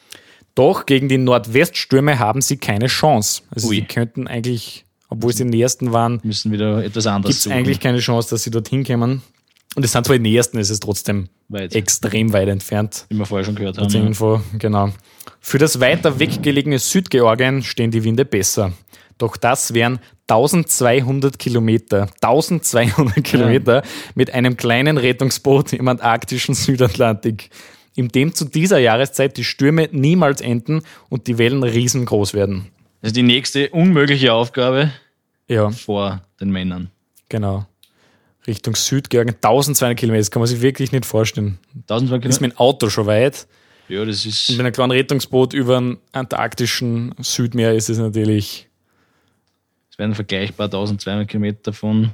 Doch gegen die Nordweststürme haben sie keine Chance. Also Ui. sie könnten eigentlich, obwohl sie die nächsten waren, müssen wieder etwas anderes gibt es eigentlich keine Chance, dass sie dorthin kommen. Und es sind zwar die nächsten, es ist trotzdem weit. extrem weit entfernt. Wie wir vorher schon gehört haben. Ja. Info, genau. Für das weiter weggelegene Südgeorgien stehen die Winde besser. Doch das wären eintausendzweihundert Kilometer, eintausendzweihundert Kilometer ja. mit einem kleinen Rettungsboot im antarktischen Südatlantik, in dem zu dieser Jahreszeit die Stürme niemals enden und die Wellen riesengroß werden. Das ist die nächste unmögliche Aufgabe ja. vor den Männern. Genau. Richtung Südgeorgien, eintausendzweihundert Kilometer, das kann man sich wirklich nicht vorstellen. eintausendzweihundert Kilometer? Das ist mit dem Auto schon weit. Ja, das ist... Und mit einem kleinen Rettungsboot über dem antarktischen Südmeer ist es natürlich... Es werden vergleichbar eintausendzweihundert Kilometer von,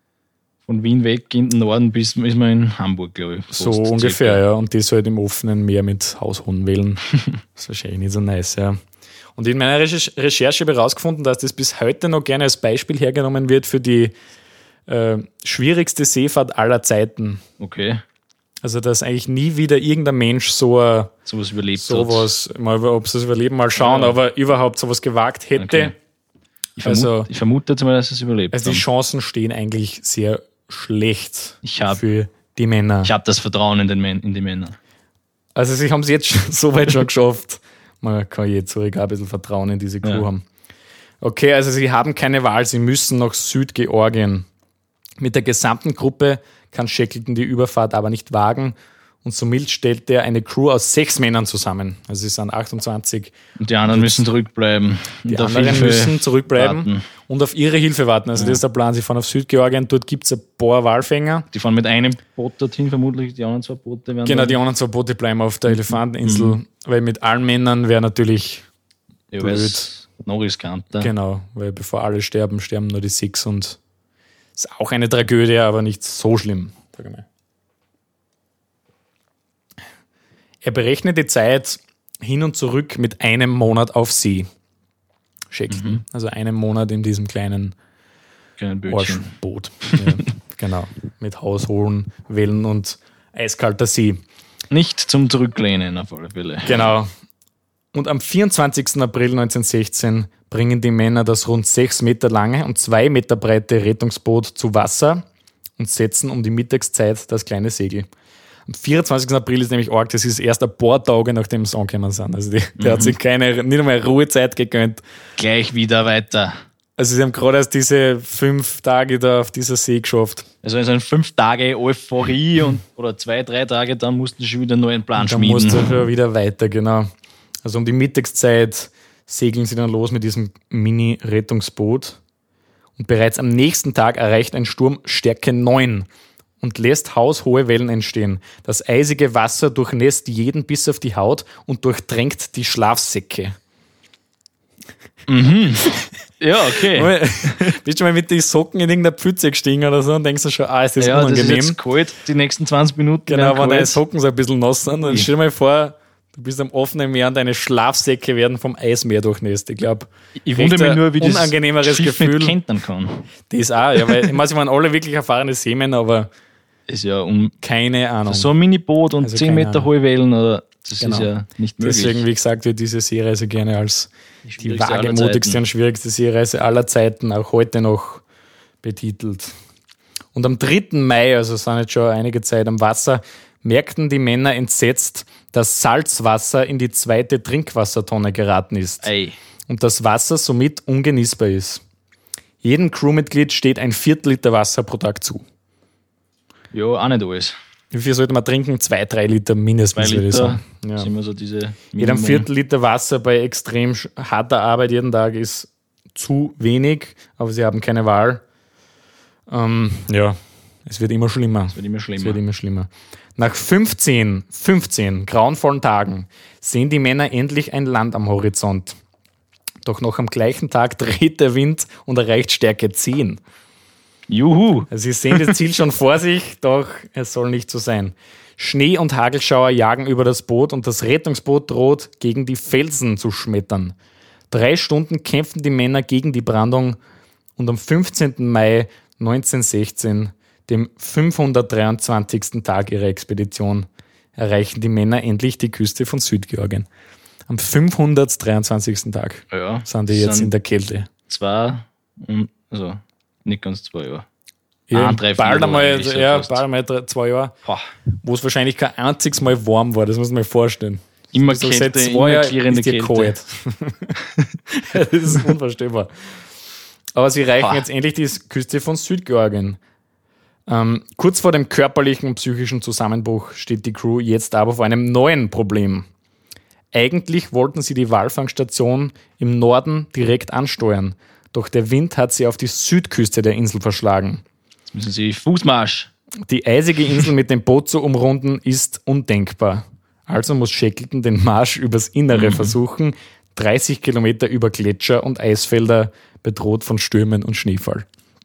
von Wien weg in den Norden bis ist man in Hamburg, glaube ich. So ungefähr, circa. Ja. Und das halt im offenen Meer mit haushohen Wellen. Das ist wahrscheinlich nicht so nice, ja. Und in meiner Recherche habe ich herausgefunden, dass das bis heute noch gerne als Beispiel hergenommen wird für die äh, schwierigste Seefahrt aller Zeiten. Okay. Also, dass eigentlich nie wieder irgendein Mensch so ein, sowas überlebt sowas, hat. Mal, ob sie das überleben, mal schauen, ja. aber überhaupt sowas gewagt hätte. Okay. Ich, vermute, also, ich vermute jetzt mal, dass es überlebt. Also die Chancen stehen eigentlich sehr schlecht ich hab, für die Männer. Ich habe das Vertrauen in, den, in die Männer. Also sie haben es jetzt schon, so weit schon geschafft. Man kann jetzt zurück auch ein bisschen Vertrauen in diese Crew ja. haben. Okay, also sie haben keine Wahl, sie müssen nach Südgeorgien. Mit der gesamten Gruppe kann Shackleton die Überfahrt aber nicht wagen und somit stellt er eine Crew aus sechs Männern zusammen. Also es sind achtundzwanzig. Und die anderen müssen zurückbleiben. Die anderen müssen zurückbleiben warten. und auf ihre Hilfe warten. Also ja. das ist der Plan. Sie fahren auf Südgeorgien, dort gibt es ein paar Walfänger. Die fahren mit einem Boot dorthin, vermutlich die anderen zwei Boote werden Genau, die anderen zwei Boote bleiben auf der Elefanteninsel, mhm. weil mit allen Männern wäre natürlich ja, blöd. Noch riskanter. Genau, weil bevor alle sterben, sterben nur die sechs und ist auch eine Tragödie, aber nicht so schlimm, sag ich mal. Er berechnet die Zeit hin und zurück mit einem Monat auf See. Shackleton. Mhm. Also einem Monat in diesem kleinen Arschboot. Ja, genau. Mit haushohen Wellen und eiskalter See. Nicht zum Zurücklehnen auf alle Fälle. Genau. Und am vierundzwanzigsten April neunzehnhundertsechzehn bringen die Männer das rund sechs Meter lange und zwei Meter breite Rettungsboot zu Wasser und setzen um die Mittagszeit das kleine Segel. Am vierundzwanzigsten April ist nämlich arg, das ist erst ein paar Tage, nachdem sie angekommen sind. Also die, mhm. der hat sich keine, nicht einmal Ruhezeit gegönnt. Gleich wieder weiter. Also sie haben gerade erst diese fünf Tage da auf dieser See geschafft. Also in so eine fünf Tage Euphorie und, oder zwei, drei Tage, dann mussten sie schon wieder einen neuen Plan und dann schmieden. Dann mussten sie schon wieder weiter, genau. Also um die Mittagszeit segeln sie dann los mit diesem Mini-Rettungsboot. Und bereits am nächsten Tag erreicht ein Sturm Stärke neun. Und lässt haushohe Wellen entstehen. Das eisige Wasser durchnässt jeden bis auf die Haut und durchdrängt die Schlafsäcke. Mhm. Ja, okay. Bist du mal mit den Socken in irgendeiner Pfütze gestiegen oder so und denkst du schon, ah, ist das ja, unangenehm? Ja, das ist jetzt kalt, die nächsten zwanzig Minuten. Genau, wenn deine Socken so ein bisschen nass sind, dann stell dir mal vor, du bist am offenen Meer und deine Schlafsäcke werden vom Eismeer durchnässt. Ich glaube, ich wundere mich nur, wie das unangenehmeres Schiff Gefühl nicht kentern kann. Das auch, ja, weil ich meine, alle wirklich erfahrene Seemänner, aber ist ja um Keine Ahnung. so ein Mini-Boot und Also zehn keine Meter Ahnung. hohe Wellen, oder? Das Genau. ist ja nicht möglich. Deswegen, wie gesagt, wird diese Seereise gerne als die schwierigste aller wagemutigste Zeiten. und schwierigste Seereise aller Zeiten, auch heute noch betitelt. Und am dritten Mai, also sind jetzt schon einige Zeit am Wasser, merkten die Männer entsetzt, dass Salzwasser in die zweite Trinkwassertonne geraten ist Ey. und das Wasser somit ungenießbar ist. Jedem Crewmitglied steht ein Viertel Liter Wasser pro Tag zu. Ja, auch nicht alles. Wie viel sollte man trinken? Zwei, drei Liter mindestens, Zwei würde ich Liter sagen. Ja. sind immer so diese Jedem Minimum- Viertel Liter Wasser bei extrem sch- harter Arbeit jeden Tag ist zu wenig, aber sie haben keine Wahl. Ähm, ja, es wird immer schlimmer. Es wird immer Es schlimmer. wird immer schlimmer. Nach fünfzehn, fünfzehn grauenvollen Tagen sehen die Männer endlich ein Land am Horizont. Doch noch am gleichen Tag dreht der Wind und erreicht Stärke zehn. Juhu! Also sie sehen das Ziel schon vor sich, doch es soll nicht so sein. Schnee- und Hagelschauer jagen über das Boot und das Rettungsboot droht, gegen die Felsen zu schmettern. Drei Stunden kämpfen die Männer gegen die Brandung und am fünfzehnten Mai neunzehnhundertsechzehn, dem fünfhundertdreiundzwanzigsten Tag ihrer Expedition, erreichen die Männer endlich die Küste von Südgeorgien. Am fünfhundertdreiundzwanzigsten Tag Ja, sind die jetzt sind in der Kälte. zwei, und, also nicht ganz zwei Jahre. Ja, Ah, drei, vier bald Jahre einmal, eigentlich so ja, fast. bald einmal drei, zwei Jahre, Boah. wo es wahrscheinlich kein einziges Mal warm war, das muss man sich vorstellen. Immer So Kälte, seit zwei immer Jahren klirrende ist dir Kälte. kalt. Das ist unvorstellbar. Aber sie erreichen Boah. jetzt endlich die Küste von Südgeorgien. Ähm, kurz vor dem körperlichen und psychischen Zusammenbruch steht die Crew jetzt aber vor einem neuen Problem. Eigentlich wollten sie die Walfangstation im Norden direkt ansteuern, doch der Wind hat sie auf die Südküste der Insel verschlagen. Jetzt müssen sie Fußmarsch. Die eisige Insel mit dem Boot zu umrunden ist undenkbar. Also muss Shackleton den Marsch übers Innere versuchen, dreißig Kilometer über Gletscher und Eisfelder, bedroht von Stürmen und Schneefall.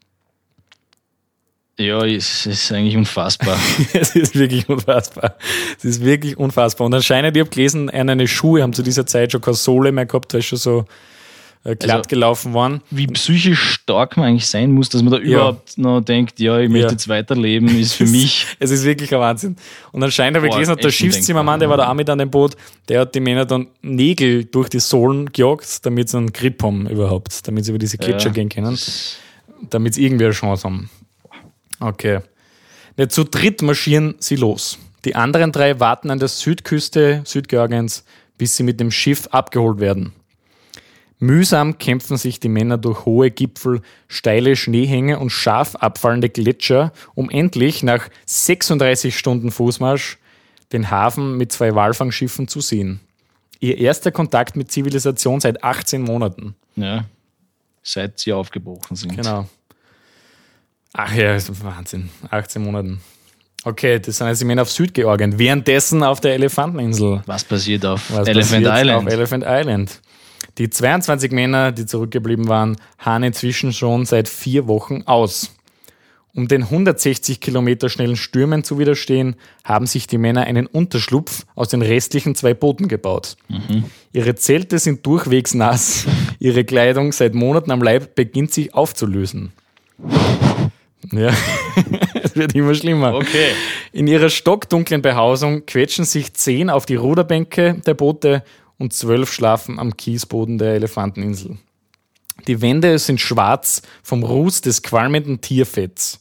Ja, es ist eigentlich unfassbar. Es ist wirklich unfassbar. Es ist wirklich unfassbar. Und anscheinend, ich habe gelesen, eine Schuhe haben zu dieser Zeit schon keine Sohle mehr gehabt, weil sie schon so äh, glatt Also- gelaufen waren. Wie psychisch stark man eigentlich sein muss, dass man da überhaupt noch denkt, ja, ich möchte Ja. jetzt weiterleben, ist für mich. Es ist wirklich ein Wahnsinn. Und anscheinend habe ich Boah, gelesen, der echt Schiffszimmermann, der war da auch mit an dem Boot, der hat die Männer dann Nägel durch die Sohlen gejagt, damit sie einen Grip haben überhaupt, damit sie über diese Gletscher Ja. gehen können, damit sie irgendwie eine Chance haben. Okay. Ja, zu dritt marschieren sie los. Die anderen drei warten an der Südküste Südgeorgiens, bis sie mit dem Schiff abgeholt werden. Mühsam kämpfen sich die Männer durch hohe Gipfel, steile Schneehänge und scharf abfallende Gletscher, um endlich nach sechsunddreißig Stunden Fußmarsch den Hafen mit zwei Walfangschiffen zu sehen. Ihr erster Kontakt mit Zivilisation seit achtzehn Monaten. Ja. Seit sie aufgebrochen sind. Genau. Ach ja, das ist Wahnsinn. achtzehn Monaten. Okay, das sind jetzt die Männer auf Südgeorgien. Währenddessen auf der Elefanteninsel. Was passiert auf Was Elephant passiert Island? Auf Elephant Island. Die zweiundzwanzig Männer, die zurückgeblieben waren, harren inzwischen schon seit vier Wochen aus. Um den hundertsechzig Kilometer schnellen Stürmen zu widerstehen, haben sich die Männer einen Unterschlupf aus den restlichen zwei Booten gebaut. Ihre Zelte sind durchwegs nass. Ihre Kleidung seit Monaten am Leib beginnt sich aufzulösen. Ja, es wird immer schlimmer. Okay. In ihrer stockdunklen Behausung quetschen sich zehn auf die Ruderbänke der Boote und zwölf schlafen am Kiesboden der Elefanteninsel. Die Wände sind schwarz vom Ruß des qualmenden Tierfetts.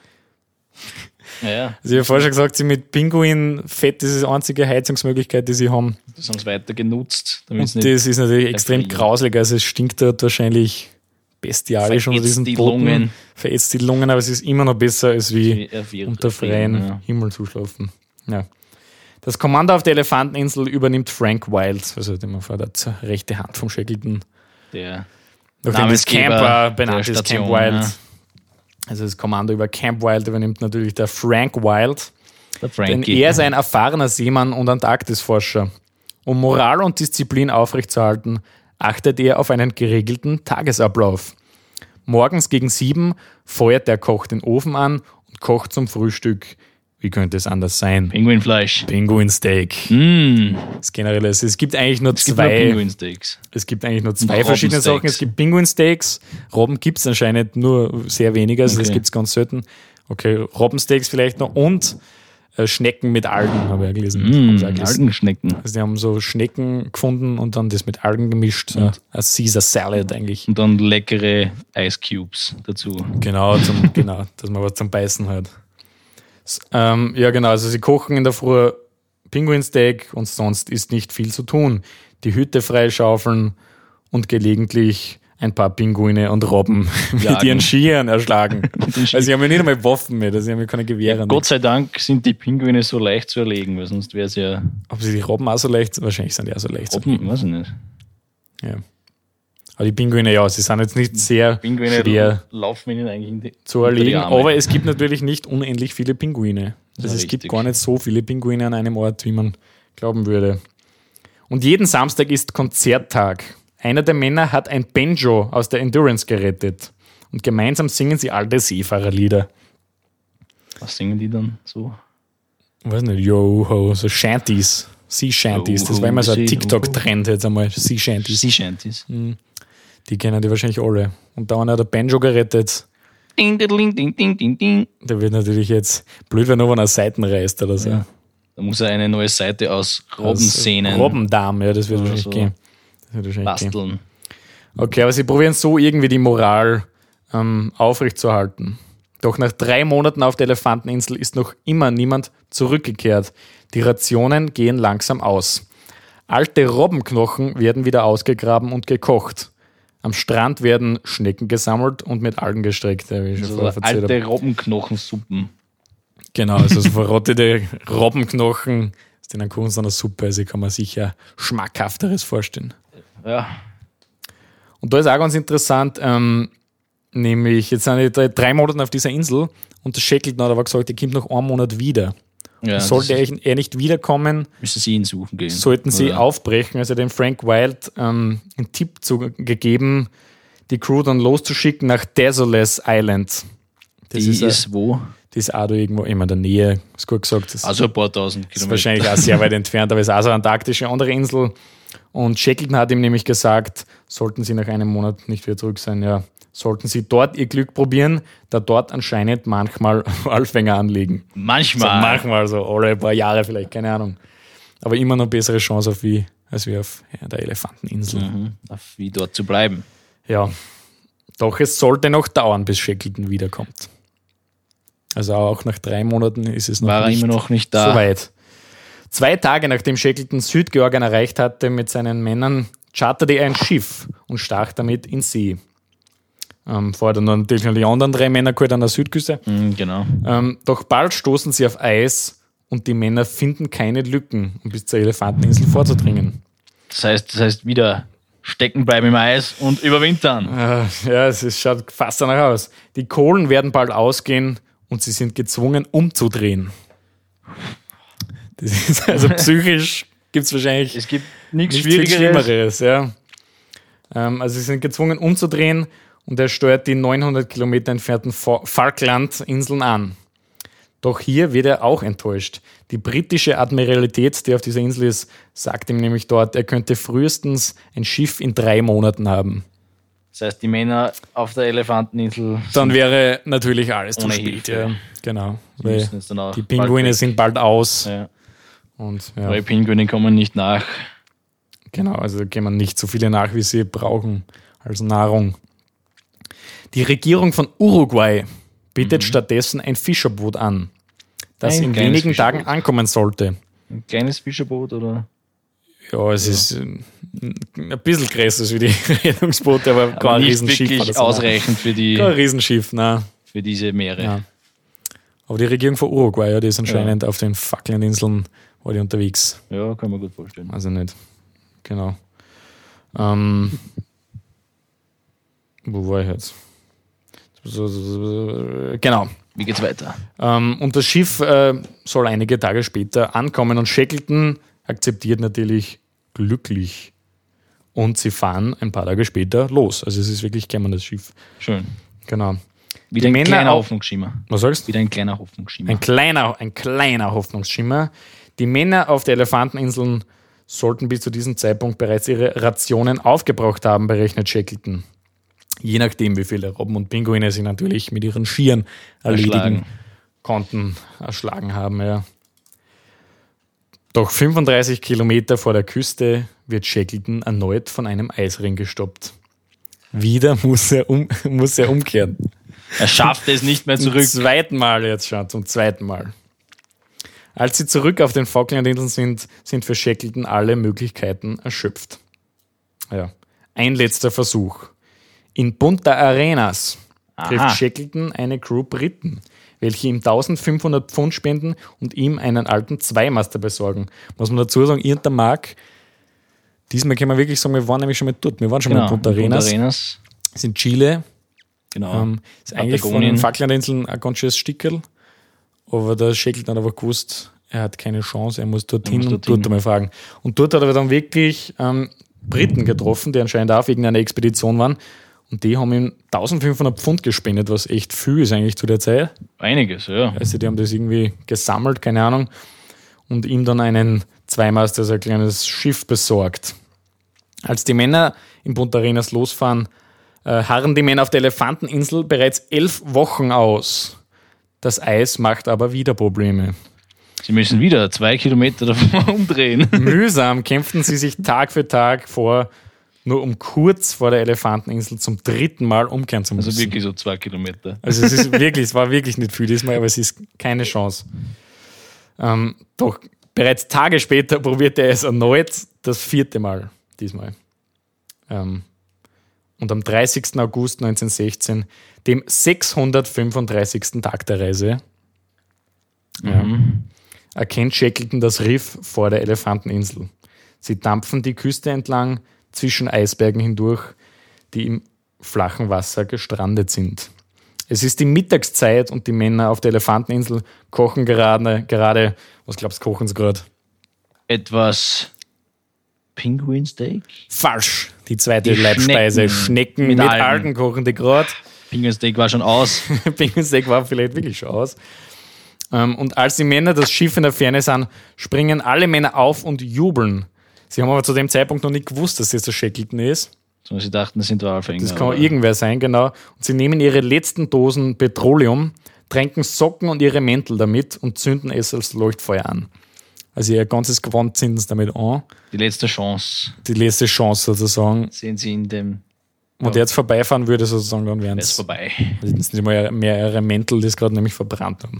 Ja, Also ich habe vorher schon gesagt, sie mit Pinguinfett, das ist die einzige Heizungsmöglichkeit, die sie haben. das haben sie weiter genutzt. Damit Und sie nicht das ist natürlich extrem erfrieren. grauslig. Also es stinkt dort wahrscheinlich bestialisch unter Verätzt diesen die Booten. Lungen. Verätzt die Lungen, aber es ist immer noch besser, als wie erfrieren, unter freiem ja. Himmel zu schlafen. Ja. Das Kommando auf der Elefanteninsel übernimmt Frank Wild, also dem man vor der rechte Hand vom Shackleton. Der Nachdem das Camp Namensgeber war, benannt der ist Camp Station, Wild. ja. Also das Kommando über Camp Wild übernimmt natürlich der Frank Wild. Der Denn Frankie. er ist ein erfahrener Seemann und Antarktisforscher. Um Moral und Disziplin aufrechtzuerhalten, achtet er auf einen geregelten Tagesablauf. Morgens gegen sieben feuert der Koch den Ofen an und kocht zum Frühstück. Wie könnte es anders sein? Pinguinfleisch. Pinguinsteak. Mm. Das generelle. Also es gibt eigentlich nur Es gibt nur zwei. Pinguinsteaks. Es gibt eigentlich nur zwei Und verschiedene Robbensteaks. Sachen. Es gibt Pinguinsteaks. Robben gibt es anscheinend nur sehr weniger, also das Okay. gibt es ganz selten. Okay, Robbensteaks vielleicht noch und äh, Schnecken mit Algen, habe ich ja gelesen. Mm, Haben gelesen. Algenschnecken. Also die haben so Schnecken gefunden und dann das mit Algen gemischt. So ein Caesar Salad eigentlich. Und dann leckere Ice Cubes dazu. Genau, zum, genau, dass man was zum Beißen hat. S- Ähm, ja, genau, also sie kochen in der Früh Pinguinsteak und sonst ist nicht viel zu tun. Die Hütte freischaufeln und gelegentlich ein paar Pinguine und Robben mit Jagen. ihren Skiern erschlagen. den Also sie haben ja nicht einmal Waffen mehr, also sie haben ja keine Gewehre. Gott sei Dank sind die Pinguine so leicht zu erlegen, weil sonst wäre es ja Ob sie die Robben auch so leicht, wahrscheinlich sind die auch so leicht. zu Robben, weiß ich nicht. Ja. Aber die Pinguine, ja, sie sind jetzt nicht sehr Pinguine schwer laufen ihnen eigentlich in die, zu unter die erlegen, Arme. aber es gibt natürlich nicht unendlich viele Pinguine. Also Ja, es gibt richtig. gar nicht so viele Pinguine an einem Ort, wie man glauben würde. Und jeden Samstag ist Konzerttag. Einer der Männer hat ein Banjo aus der Endurance gerettet. Und gemeinsam singen sie alte Seefahrerlieder. Was singen die dann so? Ich weiß nicht, yo ho, so Shanties. Sea Shanties. Das war immer so ein TikTok-Trend jetzt einmal. Sea Shanties. Sea Shanties. Die kennen die wahrscheinlich alle. Und da hat der Banjo gerettet. Ding, ding, ding, ding, ding, ding. Der wird natürlich jetzt blöd, wenn er von einer Seiten reißt oder so. Ja. Da muss er eine neue Seite aus Robbenszenen Robbendarm, ja, das wird Oder wahrscheinlich so gehen. Das wird wahrscheinlich gehen. basteln. Okay, aber sie probieren so irgendwie die Moral ähm, aufrechtzuerhalten. Doch nach drei Monaten auf der Elefanteninsel ist noch immer niemand zurückgekehrt. Die Rationen gehen langsam aus. Alte Robbenknochen werden wieder ausgegraben und gekocht. Am Strand werden Schnecken gesammelt und mit Algen gestreckt, wie ich schon So vorher erzählt habe. alte Robbenknochensuppen. Genau, also so verrottete Robbenknochen ist in einer Kuchen so einer Suppe, also kann man sich ja schmackhafteres vorstellen. Ja. Und da ist auch ganz interessant, ähm, nämlich jetzt sind die drei, drei Monate auf dieser Insel und der Shackleton hat aber gesagt, er kommt noch einen Monat wieder. ja Sollte das er, er nicht wiederkommen, müssen sie ihn suchen gehen. sollten sie Oder? aufbrechen. Also dem Frank Wild ähm, einen Tipp zu, gegeben, die Crew dann loszuschicken nach Desolate Island. Das Die ist, ist, ein- wo? das ist auch da irgendwo immer in der Nähe, ist gut gesagt. Das Also ein paar tausend ist Kilometer. wahrscheinlich auch sehr weit entfernt, aber es ist auch so eine antarktische andere Insel. Und Shackleton hat ihm nämlich gesagt, sollten sie nach einem Monat nicht wieder zurück sein, ja, sollten sie dort ihr Glück probieren, da dort anscheinend manchmal Walfänger anlegen. So, Manchmal. manchmal so, alle paar Jahre vielleicht, keine Ahnung. Aber immer noch bessere Chance auf wie, als wie auf ja, der Elefanteninsel. Mhm. Auf wie dort zu bleiben. Ja, doch es sollte noch dauern, bis Shackleton wiederkommt. Also auch nach drei Monaten ist es noch War er nicht immer noch nicht da. so weit. Zwei Tage nachdem Shackleton Südgeorgien erreicht hatte mit seinen Männern, charterte er ein Schiff und stach damit in See. Ähm, vorher dann natürlich noch die anderen drei Männer geholt an der Südküste. Mhm, genau. Ähm, doch bald stoßen sie auf Eis und die Männer finden keine Lücken, um bis zur Elefanteninsel vorzudringen. Das heißt, das heißt wieder stecken bleiben im Eis und überwintern. Äh, ja, es ist, schaut fast danach aus. Die Kohlen werden bald ausgehen und sie sind gezwungen umzudrehen. Das ist also psychisch gibt es wahrscheinlich Es gibt nichts nichts viel Schwierigeres. Schlimmeres. Ja. Ähm, also sie sind gezwungen umzudrehen und er steuert die neunhundert Kilometer entfernten Fa- Falklandinseln an. Doch hier wird er auch enttäuscht. Die britische Admiralität, die auf dieser Insel ist, sagt ihm nämlich dort, er könnte frühestens ein Schiff in drei Monaten haben. Das heißt, die Männer auf der Elefanteninsel Dann wäre natürlich alles zu Ohne spät. Hilfe. Ja. Genau. Die Weil müssen jetzt dann auch die bald Pinguine weg. sind bald aus. Ja. Und ja, Neue Pinguine kommen nicht nach. genau, also da gehen nicht so viele nach, wie sie brauchen als Nahrung. Die Regierung von Uruguay bietet stattdessen ein Fischerboot an, das Ein in kleines wenigen Tagen Fischerboot. ankommen sollte. Ein kleines Fischerboot oder? Ja, es ist äh, ein bisschen größer als wie die Rettungsboote, aber, Aber kein nicht Riesenschiff. wirklich oder so. ausreichend für, die, Kein Riesenschiff, nein. für diese Meere. Ja. Aber die Regierung von Uruguay, ja, die ist anscheinend auf den Falklandinseln war die unterwegs. Ja, kann man gut vorstellen. Also nicht. Genau. Ähm, wo war ich jetzt? Genau. Wie geht's weiter? Ähm, und das Schiff äh, soll einige Tage später ankommen und Shackleton akzeptiert natürlich glücklich. Und sie fahren ein paar Tage später los. Also es ist wirklich gekommen, das Schiff. Schön. Genau. Wieder ein Männer kleiner auch- Hoffnungsschimmer. Was sagst du? Wieder ein kleiner Hoffnungsschimmer. Ein kleiner, ein kleiner Hoffnungsschimmer. Die Männer auf der Elefanteninseln sollten bis zu diesem Zeitpunkt bereits ihre Rationen aufgebraucht haben, berechnet Shackleton. Je nachdem, wie viele Robben und Pinguine sie natürlich mit ihren Skiern erledigen Erschlagen. konnten, erschlagen haben. Ja. Doch fünfunddreißig Kilometer vor der Küste wird Shackleton erneut von einem Eisring gestoppt. Wieder muss er, um, muss er umkehren. Er schafft es nicht mehr zurück. Zum zweiten Mal jetzt schon, zum zweiten Mal. Als sie zurück auf den Falklandinseln sind, sind für Shackleton alle Möglichkeiten erschöpft. Ja. Ein letzter Versuch. In Punta Arenas trifft Aha. Shackleton eine Crew Briten, welche ihm eintausendfünfhundert Pfund spenden und ihm einen alten Zweimaster besorgen. Muss man dazu sagen, irgendein Mark, diesmal können wir wirklich sagen, wir waren nämlich schon mal dort. Wir waren schon Genau, mal in Punta Arenas. Punta Arenas. Das ist in Chile. Genau. Ähm, ist eigentlich von den Patagonien. Falklandinseln ein ganz schönes Stickerl. Aber der Shackleton hat aber gewusst, er hat keine Chance, er muss dorthin muss und dorthin. dort einmal fragen. Und dort hat er dann wirklich ähm, Briten getroffen, die anscheinend auch auf irgendeiner Expedition waren. Und die haben ihm eintausendfünfhundert Pfund gespendet, was echt viel ist eigentlich zu der Zeit. Einiges, ja. Also die haben das irgendwie gesammelt, keine Ahnung. Und ihm dann einen Zweimaster, also ein kleines Schiff besorgt. Als die Männer in Punta Arenas losfahren, äh, harren die Männer auf der Elefanteninsel bereits elf Wochen aus. Das Eis macht aber wieder Probleme. Sie müssen wieder zwei Kilometer davon umdrehen. Mühsam kämpften sie sich Tag für Tag vor, nur um kurz vor der Elefanteninsel zum dritten Mal umkehren zu müssen. Also wirklich so zwei Kilometer. Also es ist wirklich, es war wirklich nicht viel diesmal, aber es ist keine Chance. Ähm, doch bereits Tage später probierte er es erneut, das vierte Mal diesmal. Ähm, und am dreißigsten August neunzehnhundertsechzehn, dem sechshundertfünfunddreißigsten Tag der Reise, ja, erkennt Shackleton das Riff vor der Elefanteninsel. Sie dampfen die Küste entlang zwischen Eisbergen hindurch, die im flachen Wasser gestrandet sind. Es ist die Mittagszeit und die Männer auf der Elefanteninsel kochen gerade, gerade was glaubst du, kochen sie gerade? Etwas Pinguinsteak? Falsch. Die zweite Die Leibspeise. Schnecken Schnecken mit mit, Algen. Algen kochen die gerade. Pinguinsteak war schon aus. Pinguinsteak war vielleicht wirklich schon aus. Ähm, und als die Männer das Schiff in der Ferne sahen, springen alle Männer auf und jubeln. Sie haben aber zu dem Zeitpunkt noch nicht gewusst, dass das der Shackleton ist. So, sie dachten, das sind Walfänger. Das kann aber- irgendwer sein, genau. Und sie nehmen ihre letzten Dosen Petroleum, tränken Socken und ihre Mäntel damit und zünden es als Leuchtfeuer an. Also ihr ganzes Gewand zünden sie damit an. Die letzte Chance Die letzte Chance sozusagen. sehen sie in dem. Wenn der jetzt vorbeifahren würde, sozusagen, dann wären Es ist es vorbei. nicht mal mehr ihre Mäntel, die es gerade nämlich verbrannt haben.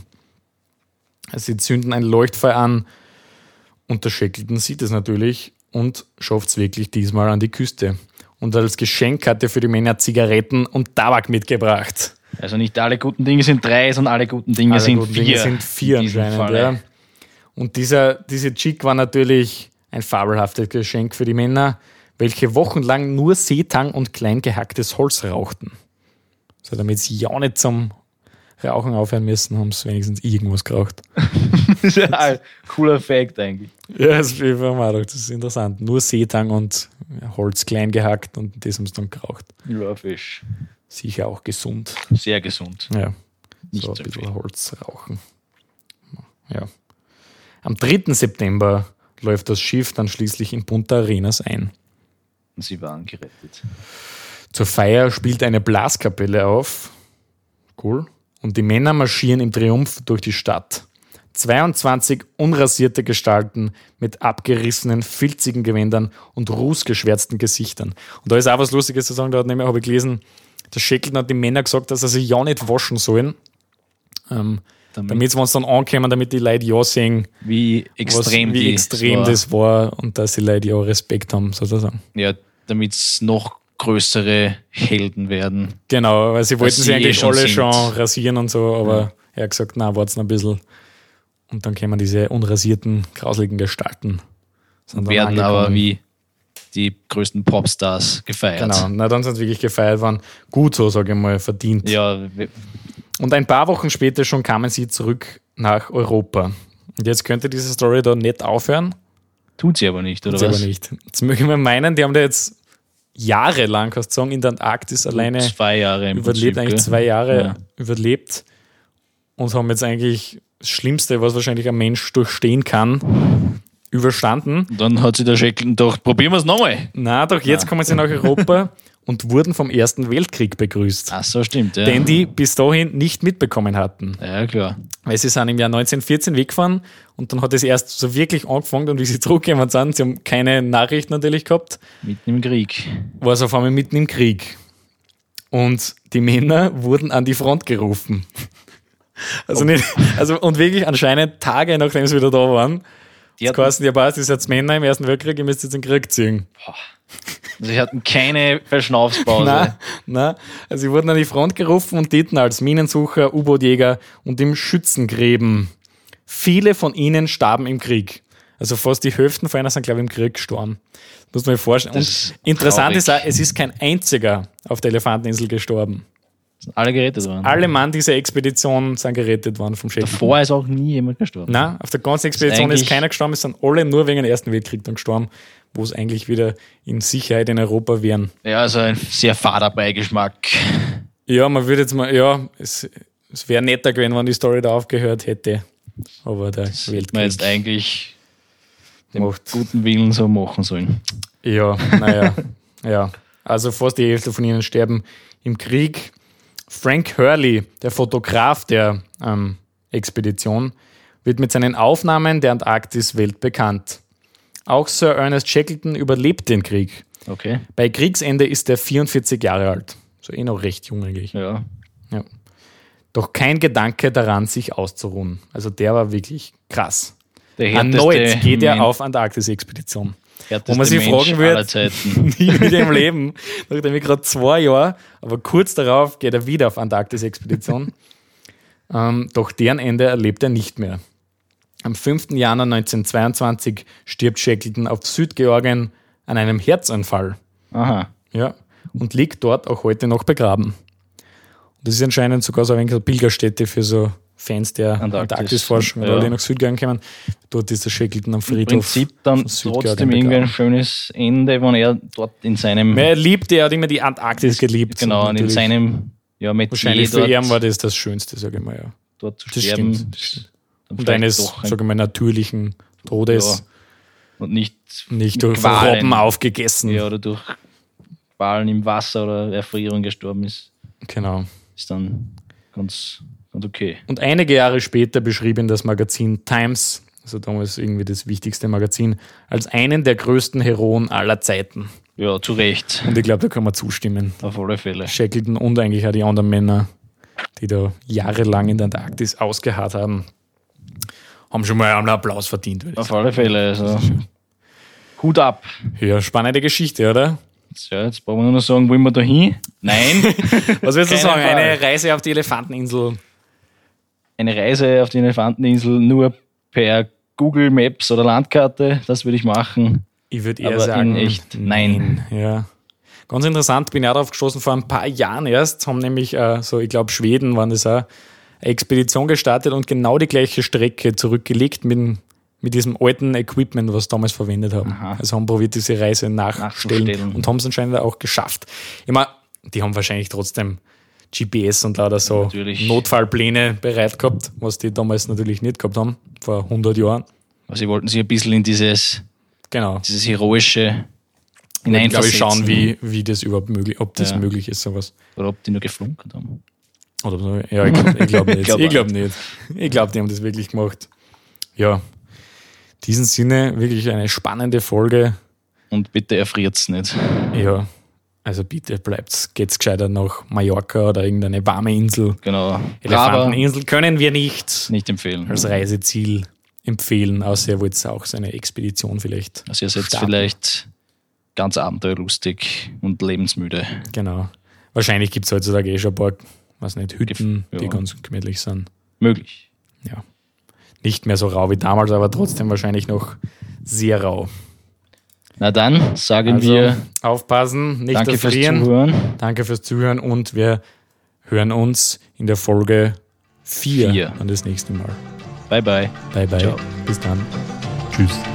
Also sie zünden ein Leuchtfeuer an und der Shackleton sieht es natürlich und schafft es wirklich diesmal an die Küste. Und als Geschenk hat er für die Männer Zigaretten und Tabak mitgebracht. Also nicht alle guten Dinge sind drei, sondern alle guten Dinge Alle sind guten vier. Dinge sind vier in diesem anscheinend. Falle. Ja. Und dieser, diese Chick war natürlich ein fabelhaftes Geschenk für die Männer, welche wochenlang nur Seetang und klein gehacktes Holz rauchten. So, damit sie ja nicht zum Rauchen aufhören müssen, haben sie wenigstens irgendwas geraucht. Das ist ja ein cooler Fact eigentlich. Ja, das ist, ich hab mir auch gedacht, das ist interessant. Nur Seetang und Holz klein gehackt und das haben sie dann geraucht. Ja, Fisch. Sicher auch gesund. Sehr gesund. Ja, Nicht so ein so bisschen viel. Holz rauchen. Ja. Am dritten September läuft das Schiff dann schließlich in Punta Arenas ein. Und sie waren gerettet. Zur Feier spielt eine Blaskapelle auf. Cool. Und die Männer marschieren im Triumph durch die Stadt. zweiundzwanzig unrasierte Gestalten mit abgerissenen, filzigen Gewändern und rußgeschwärzten Gesichtern. Und da ist auch was Lustiges zu sagen, da hat nämlich, habe ich gelesen, der Shackleton hat den Männern gesagt, dass sie sich ja nicht waschen sollen, ähm, Damit, damit sie uns dann ankommen, damit die Leute ja sehen, wie extrem, was, wie die extrem war. das war und dass die Leute ja Respekt haben, sozusagen. Ja, damit es noch größere Helden werden. Genau, weil sie wollten sie sie eh eigentlich schon alle sind. schon rasieren und so, aber er hat gesagt, na, wart's noch ein bisschen. Und dann kämen diese unrasierten, grauseligen Gestalten. Sind dann Werden aber angekommen. wie die größten Popstars gefeiert. Genau, na, dann sind sie wirklich gefeiert worden. Gut so, sage ich mal, verdient. Ja, we- Und ein paar Wochen später schon kamen sie zurück nach Europa. Und jetzt könnte diese Story da nicht aufhören. tut sie aber nicht, oder Tut's was? aber nicht. Jetzt möchte ich mal meinen, die haben da jetzt jahrelang, kannst du sagen, in der Antarktis alleine Zwei Jahre im überlebt, Prinzip, eigentlich gell? zwei Jahre Ja. überlebt und haben jetzt eigentlich das Schlimmste, was wahrscheinlich ein Mensch durchstehen kann, überstanden. Dann hat sich der Shackleton gedacht, probieren wir es nochmal. Na, doch jetzt kommen sie nach Europa und wurden vom Ersten Weltkrieg begrüßt. Ach so, stimmt, ja. Den die bis dahin nicht mitbekommen hatten. Ja, klar. Weil sie sind im Jahr neunzehnhundertvierzehn weggefahren und dann hat es erst so wirklich angefangen und wie sie zurückgekommen sind, sie haben keine Nachrichten natürlich gehabt, Mitten im Krieg. war es auf einmal mitten im Krieg. Und die Männer wurden an die Front gerufen. Also nicht, also und wirklich anscheinend Tage, nachdem sie wieder da waren, Die das hatten, heißt, ja passt, ihr seid Männer im Ersten Weltkrieg, ihr müsst jetzt in den Krieg ziehen. also sie hatten keine Verschnaufspause. Nein, nein. Also sie wurden an die Front gerufen und dienten als Minensucher, U-Boot-Jäger und im Schützengräben. Viele von ihnen starben im Krieg. Also fast die Hälfte von einer sind, glaube ich, im Krieg gestorben. Das muss man sich vorstellen. Das Und interessant traurig. ist auch, es ist kein einziger auf der Elefanteninsel gestorben. Sind alle gerettet worden. Alle Mann dieser Expedition sind gerettet worden vom Shackleton. Davor ist auch nie jemand gestorben. Nein, auf der ganzen Expedition Das ist, ist keiner gestorben, es sind alle nur wegen dem Ersten Weltkrieg dann gestorben, wo es eigentlich wieder in Sicherheit in Europa wären. Ja, also ein sehr fader Beigeschmack. Ja, man würde jetzt mal, ja, es, es wäre netter gewesen, wenn die Story da aufgehört hätte. Aber der Das hätte man Weltkrieg jetzt eigentlich den macht. guten Willen so machen sollen. Ja, naja, ja. Also fast die Hälfte von ihnen sterben im Krieg. Frank Hurley, der Fotograf der ähm, Expedition, wird mit seinen Aufnahmen der Antarktis weltbekannt. Auch Sir Ernest Shackleton überlebt den Krieg. Okay. Bei Kriegsende ist er vierundvierzig Jahre alt. So eh noch recht jung eigentlich. Ja. Ja. Doch kein Gedanke daran, sich auszuruhen. Also der war wirklich krass. Der Erneut geht er Men- auf Antarktis-Expedition. härteste Wo man sich Mensch fragen wird, aller Zeiten. nie wieder im Leben, nachdem ich gerade zwei Jahre, aber kurz darauf geht er wieder auf Antarktis-Expedition. ähm, doch deren Ende erlebt er nicht mehr. Am fünften Januar neunzehnhundertzweiundzwanzig stirbt Shackleton auf Südgeorgien an einem Herzanfall. Aha. Ja, und liegt dort auch heute noch begraben. Und das ist anscheinend sogar so ein wenig eine Pilgerstätte für so Fans der Antarktis. Antarktis-Forschung, weil Ja. alle nach Südgeorgien kommen. Dort ist der Shackleton am Im Friedhof. Prinzip dann von Südgeorgien trotzdem irgendwie ein begraben. schönes Ende, wenn er dort in seinem, Er liebte, er hat immer die Antarktis geliebt. genau, Und und in natürlich- seinem ja, Metier Wahrscheinlich für dort, ihn war das das Schönste, sage ich mal. Ja. dort zu Das sterben. stimmt, das stimmt. dann Und vielleicht eines, doch ein- sage ich mal, natürlichen Todes, und nicht, nicht mit durch Qualen. Robben aufgegessen. ja, oder durch Qualen im Wasser oder Erfrierung gestorben ist, Genau. ist dann ganz, ganz okay. Und einige Jahre später beschrieb ihn das Magazin Times, also damals irgendwie das wichtigste Magazin, als einen der größten Heroen aller Zeiten. Ja, zu Recht. Und ich glaube, da kann man zustimmen. Auf alle Fälle. Shackleton und eigentlich auch die anderen Männer, die da jahrelang in der Antarktis ausgeharrt haben, haben schon mal einen Applaus verdient. Würde ich Auf alle Fälle. Also. Hut ab. sagen. Ja, spannende Geschichte, oder? So, jetzt brauchen wir nur noch sagen, wollen wir da hin? Nein. Was willst du Keinen sagen? Fall. Eine Reise auf die Elefanteninsel. Eine Reise auf die Elefanteninsel nur per Google Maps oder Landkarte, das würde ich machen. Ich würde eher Aber sagen, in echt nein. Ja. Ganz interessant, bin ich auch drauf gestoßen, vor ein paar Jahren erst, haben nämlich, äh, so ich glaube Schweden waren das auch, eine Expedition gestartet und genau die gleiche Strecke zurückgelegt mit, mit diesem alten Equipment, was sie damals verwendet haben. Aha. Also haben probiert, diese Reise nachzustellen Nachzustellen. und haben es anscheinend auch geschafft. Ich meine, die haben wahrscheinlich trotzdem G P S und lauter so Natürlich. Notfallpläne bereit gehabt, was die damals natürlich nicht gehabt haben, vor hundert Jahren. Also sie wollten sich ein bisschen in dieses, Genau. dieses heroische Ich glaube ich hineinversetzen. schauen, wie, wie das überhaupt möglich, ob das Ja. möglich ist, sowas. Oder ob die nur geflunkert haben. Oder so. Ja, ich glaube ich glaub nicht. Ich glaub ich auch glaube nicht. Ich glaube, die haben das wirklich gemacht. Ja, in diesem Sinne wirklich eine spannende Folge. Und bitte erfriert's nicht. Ja, also bitte bleibt's, geht's gescheiter nach Mallorca oder irgendeine warme Insel. Genau. Aber Elefanteninsel können wir nicht nicht empfehlen. als Reiseziel empfehlen, außer ihr wollt auch so eine Expedition vielleicht. Also ihr seid starten. vielleicht ganz abenteuerlustig und lebensmüde. Genau. Wahrscheinlich gibt es heutzutage eh schon ein paar, weiß nicht, Hütten, Ja. die ganz gemütlich sind. Möglich. Ja. Nicht mehr so rau wie damals, aber trotzdem wahrscheinlich noch sehr rau. Na dann sagen Also wir aufpassen, nicht danke fürs erfrieren. Zuhören. Danke fürs Zuhören und wir hören uns in der Folge vier Vier. an das nächste Mal. Bye bye. Bye bye. Ciao. Bis dann. Tschüss.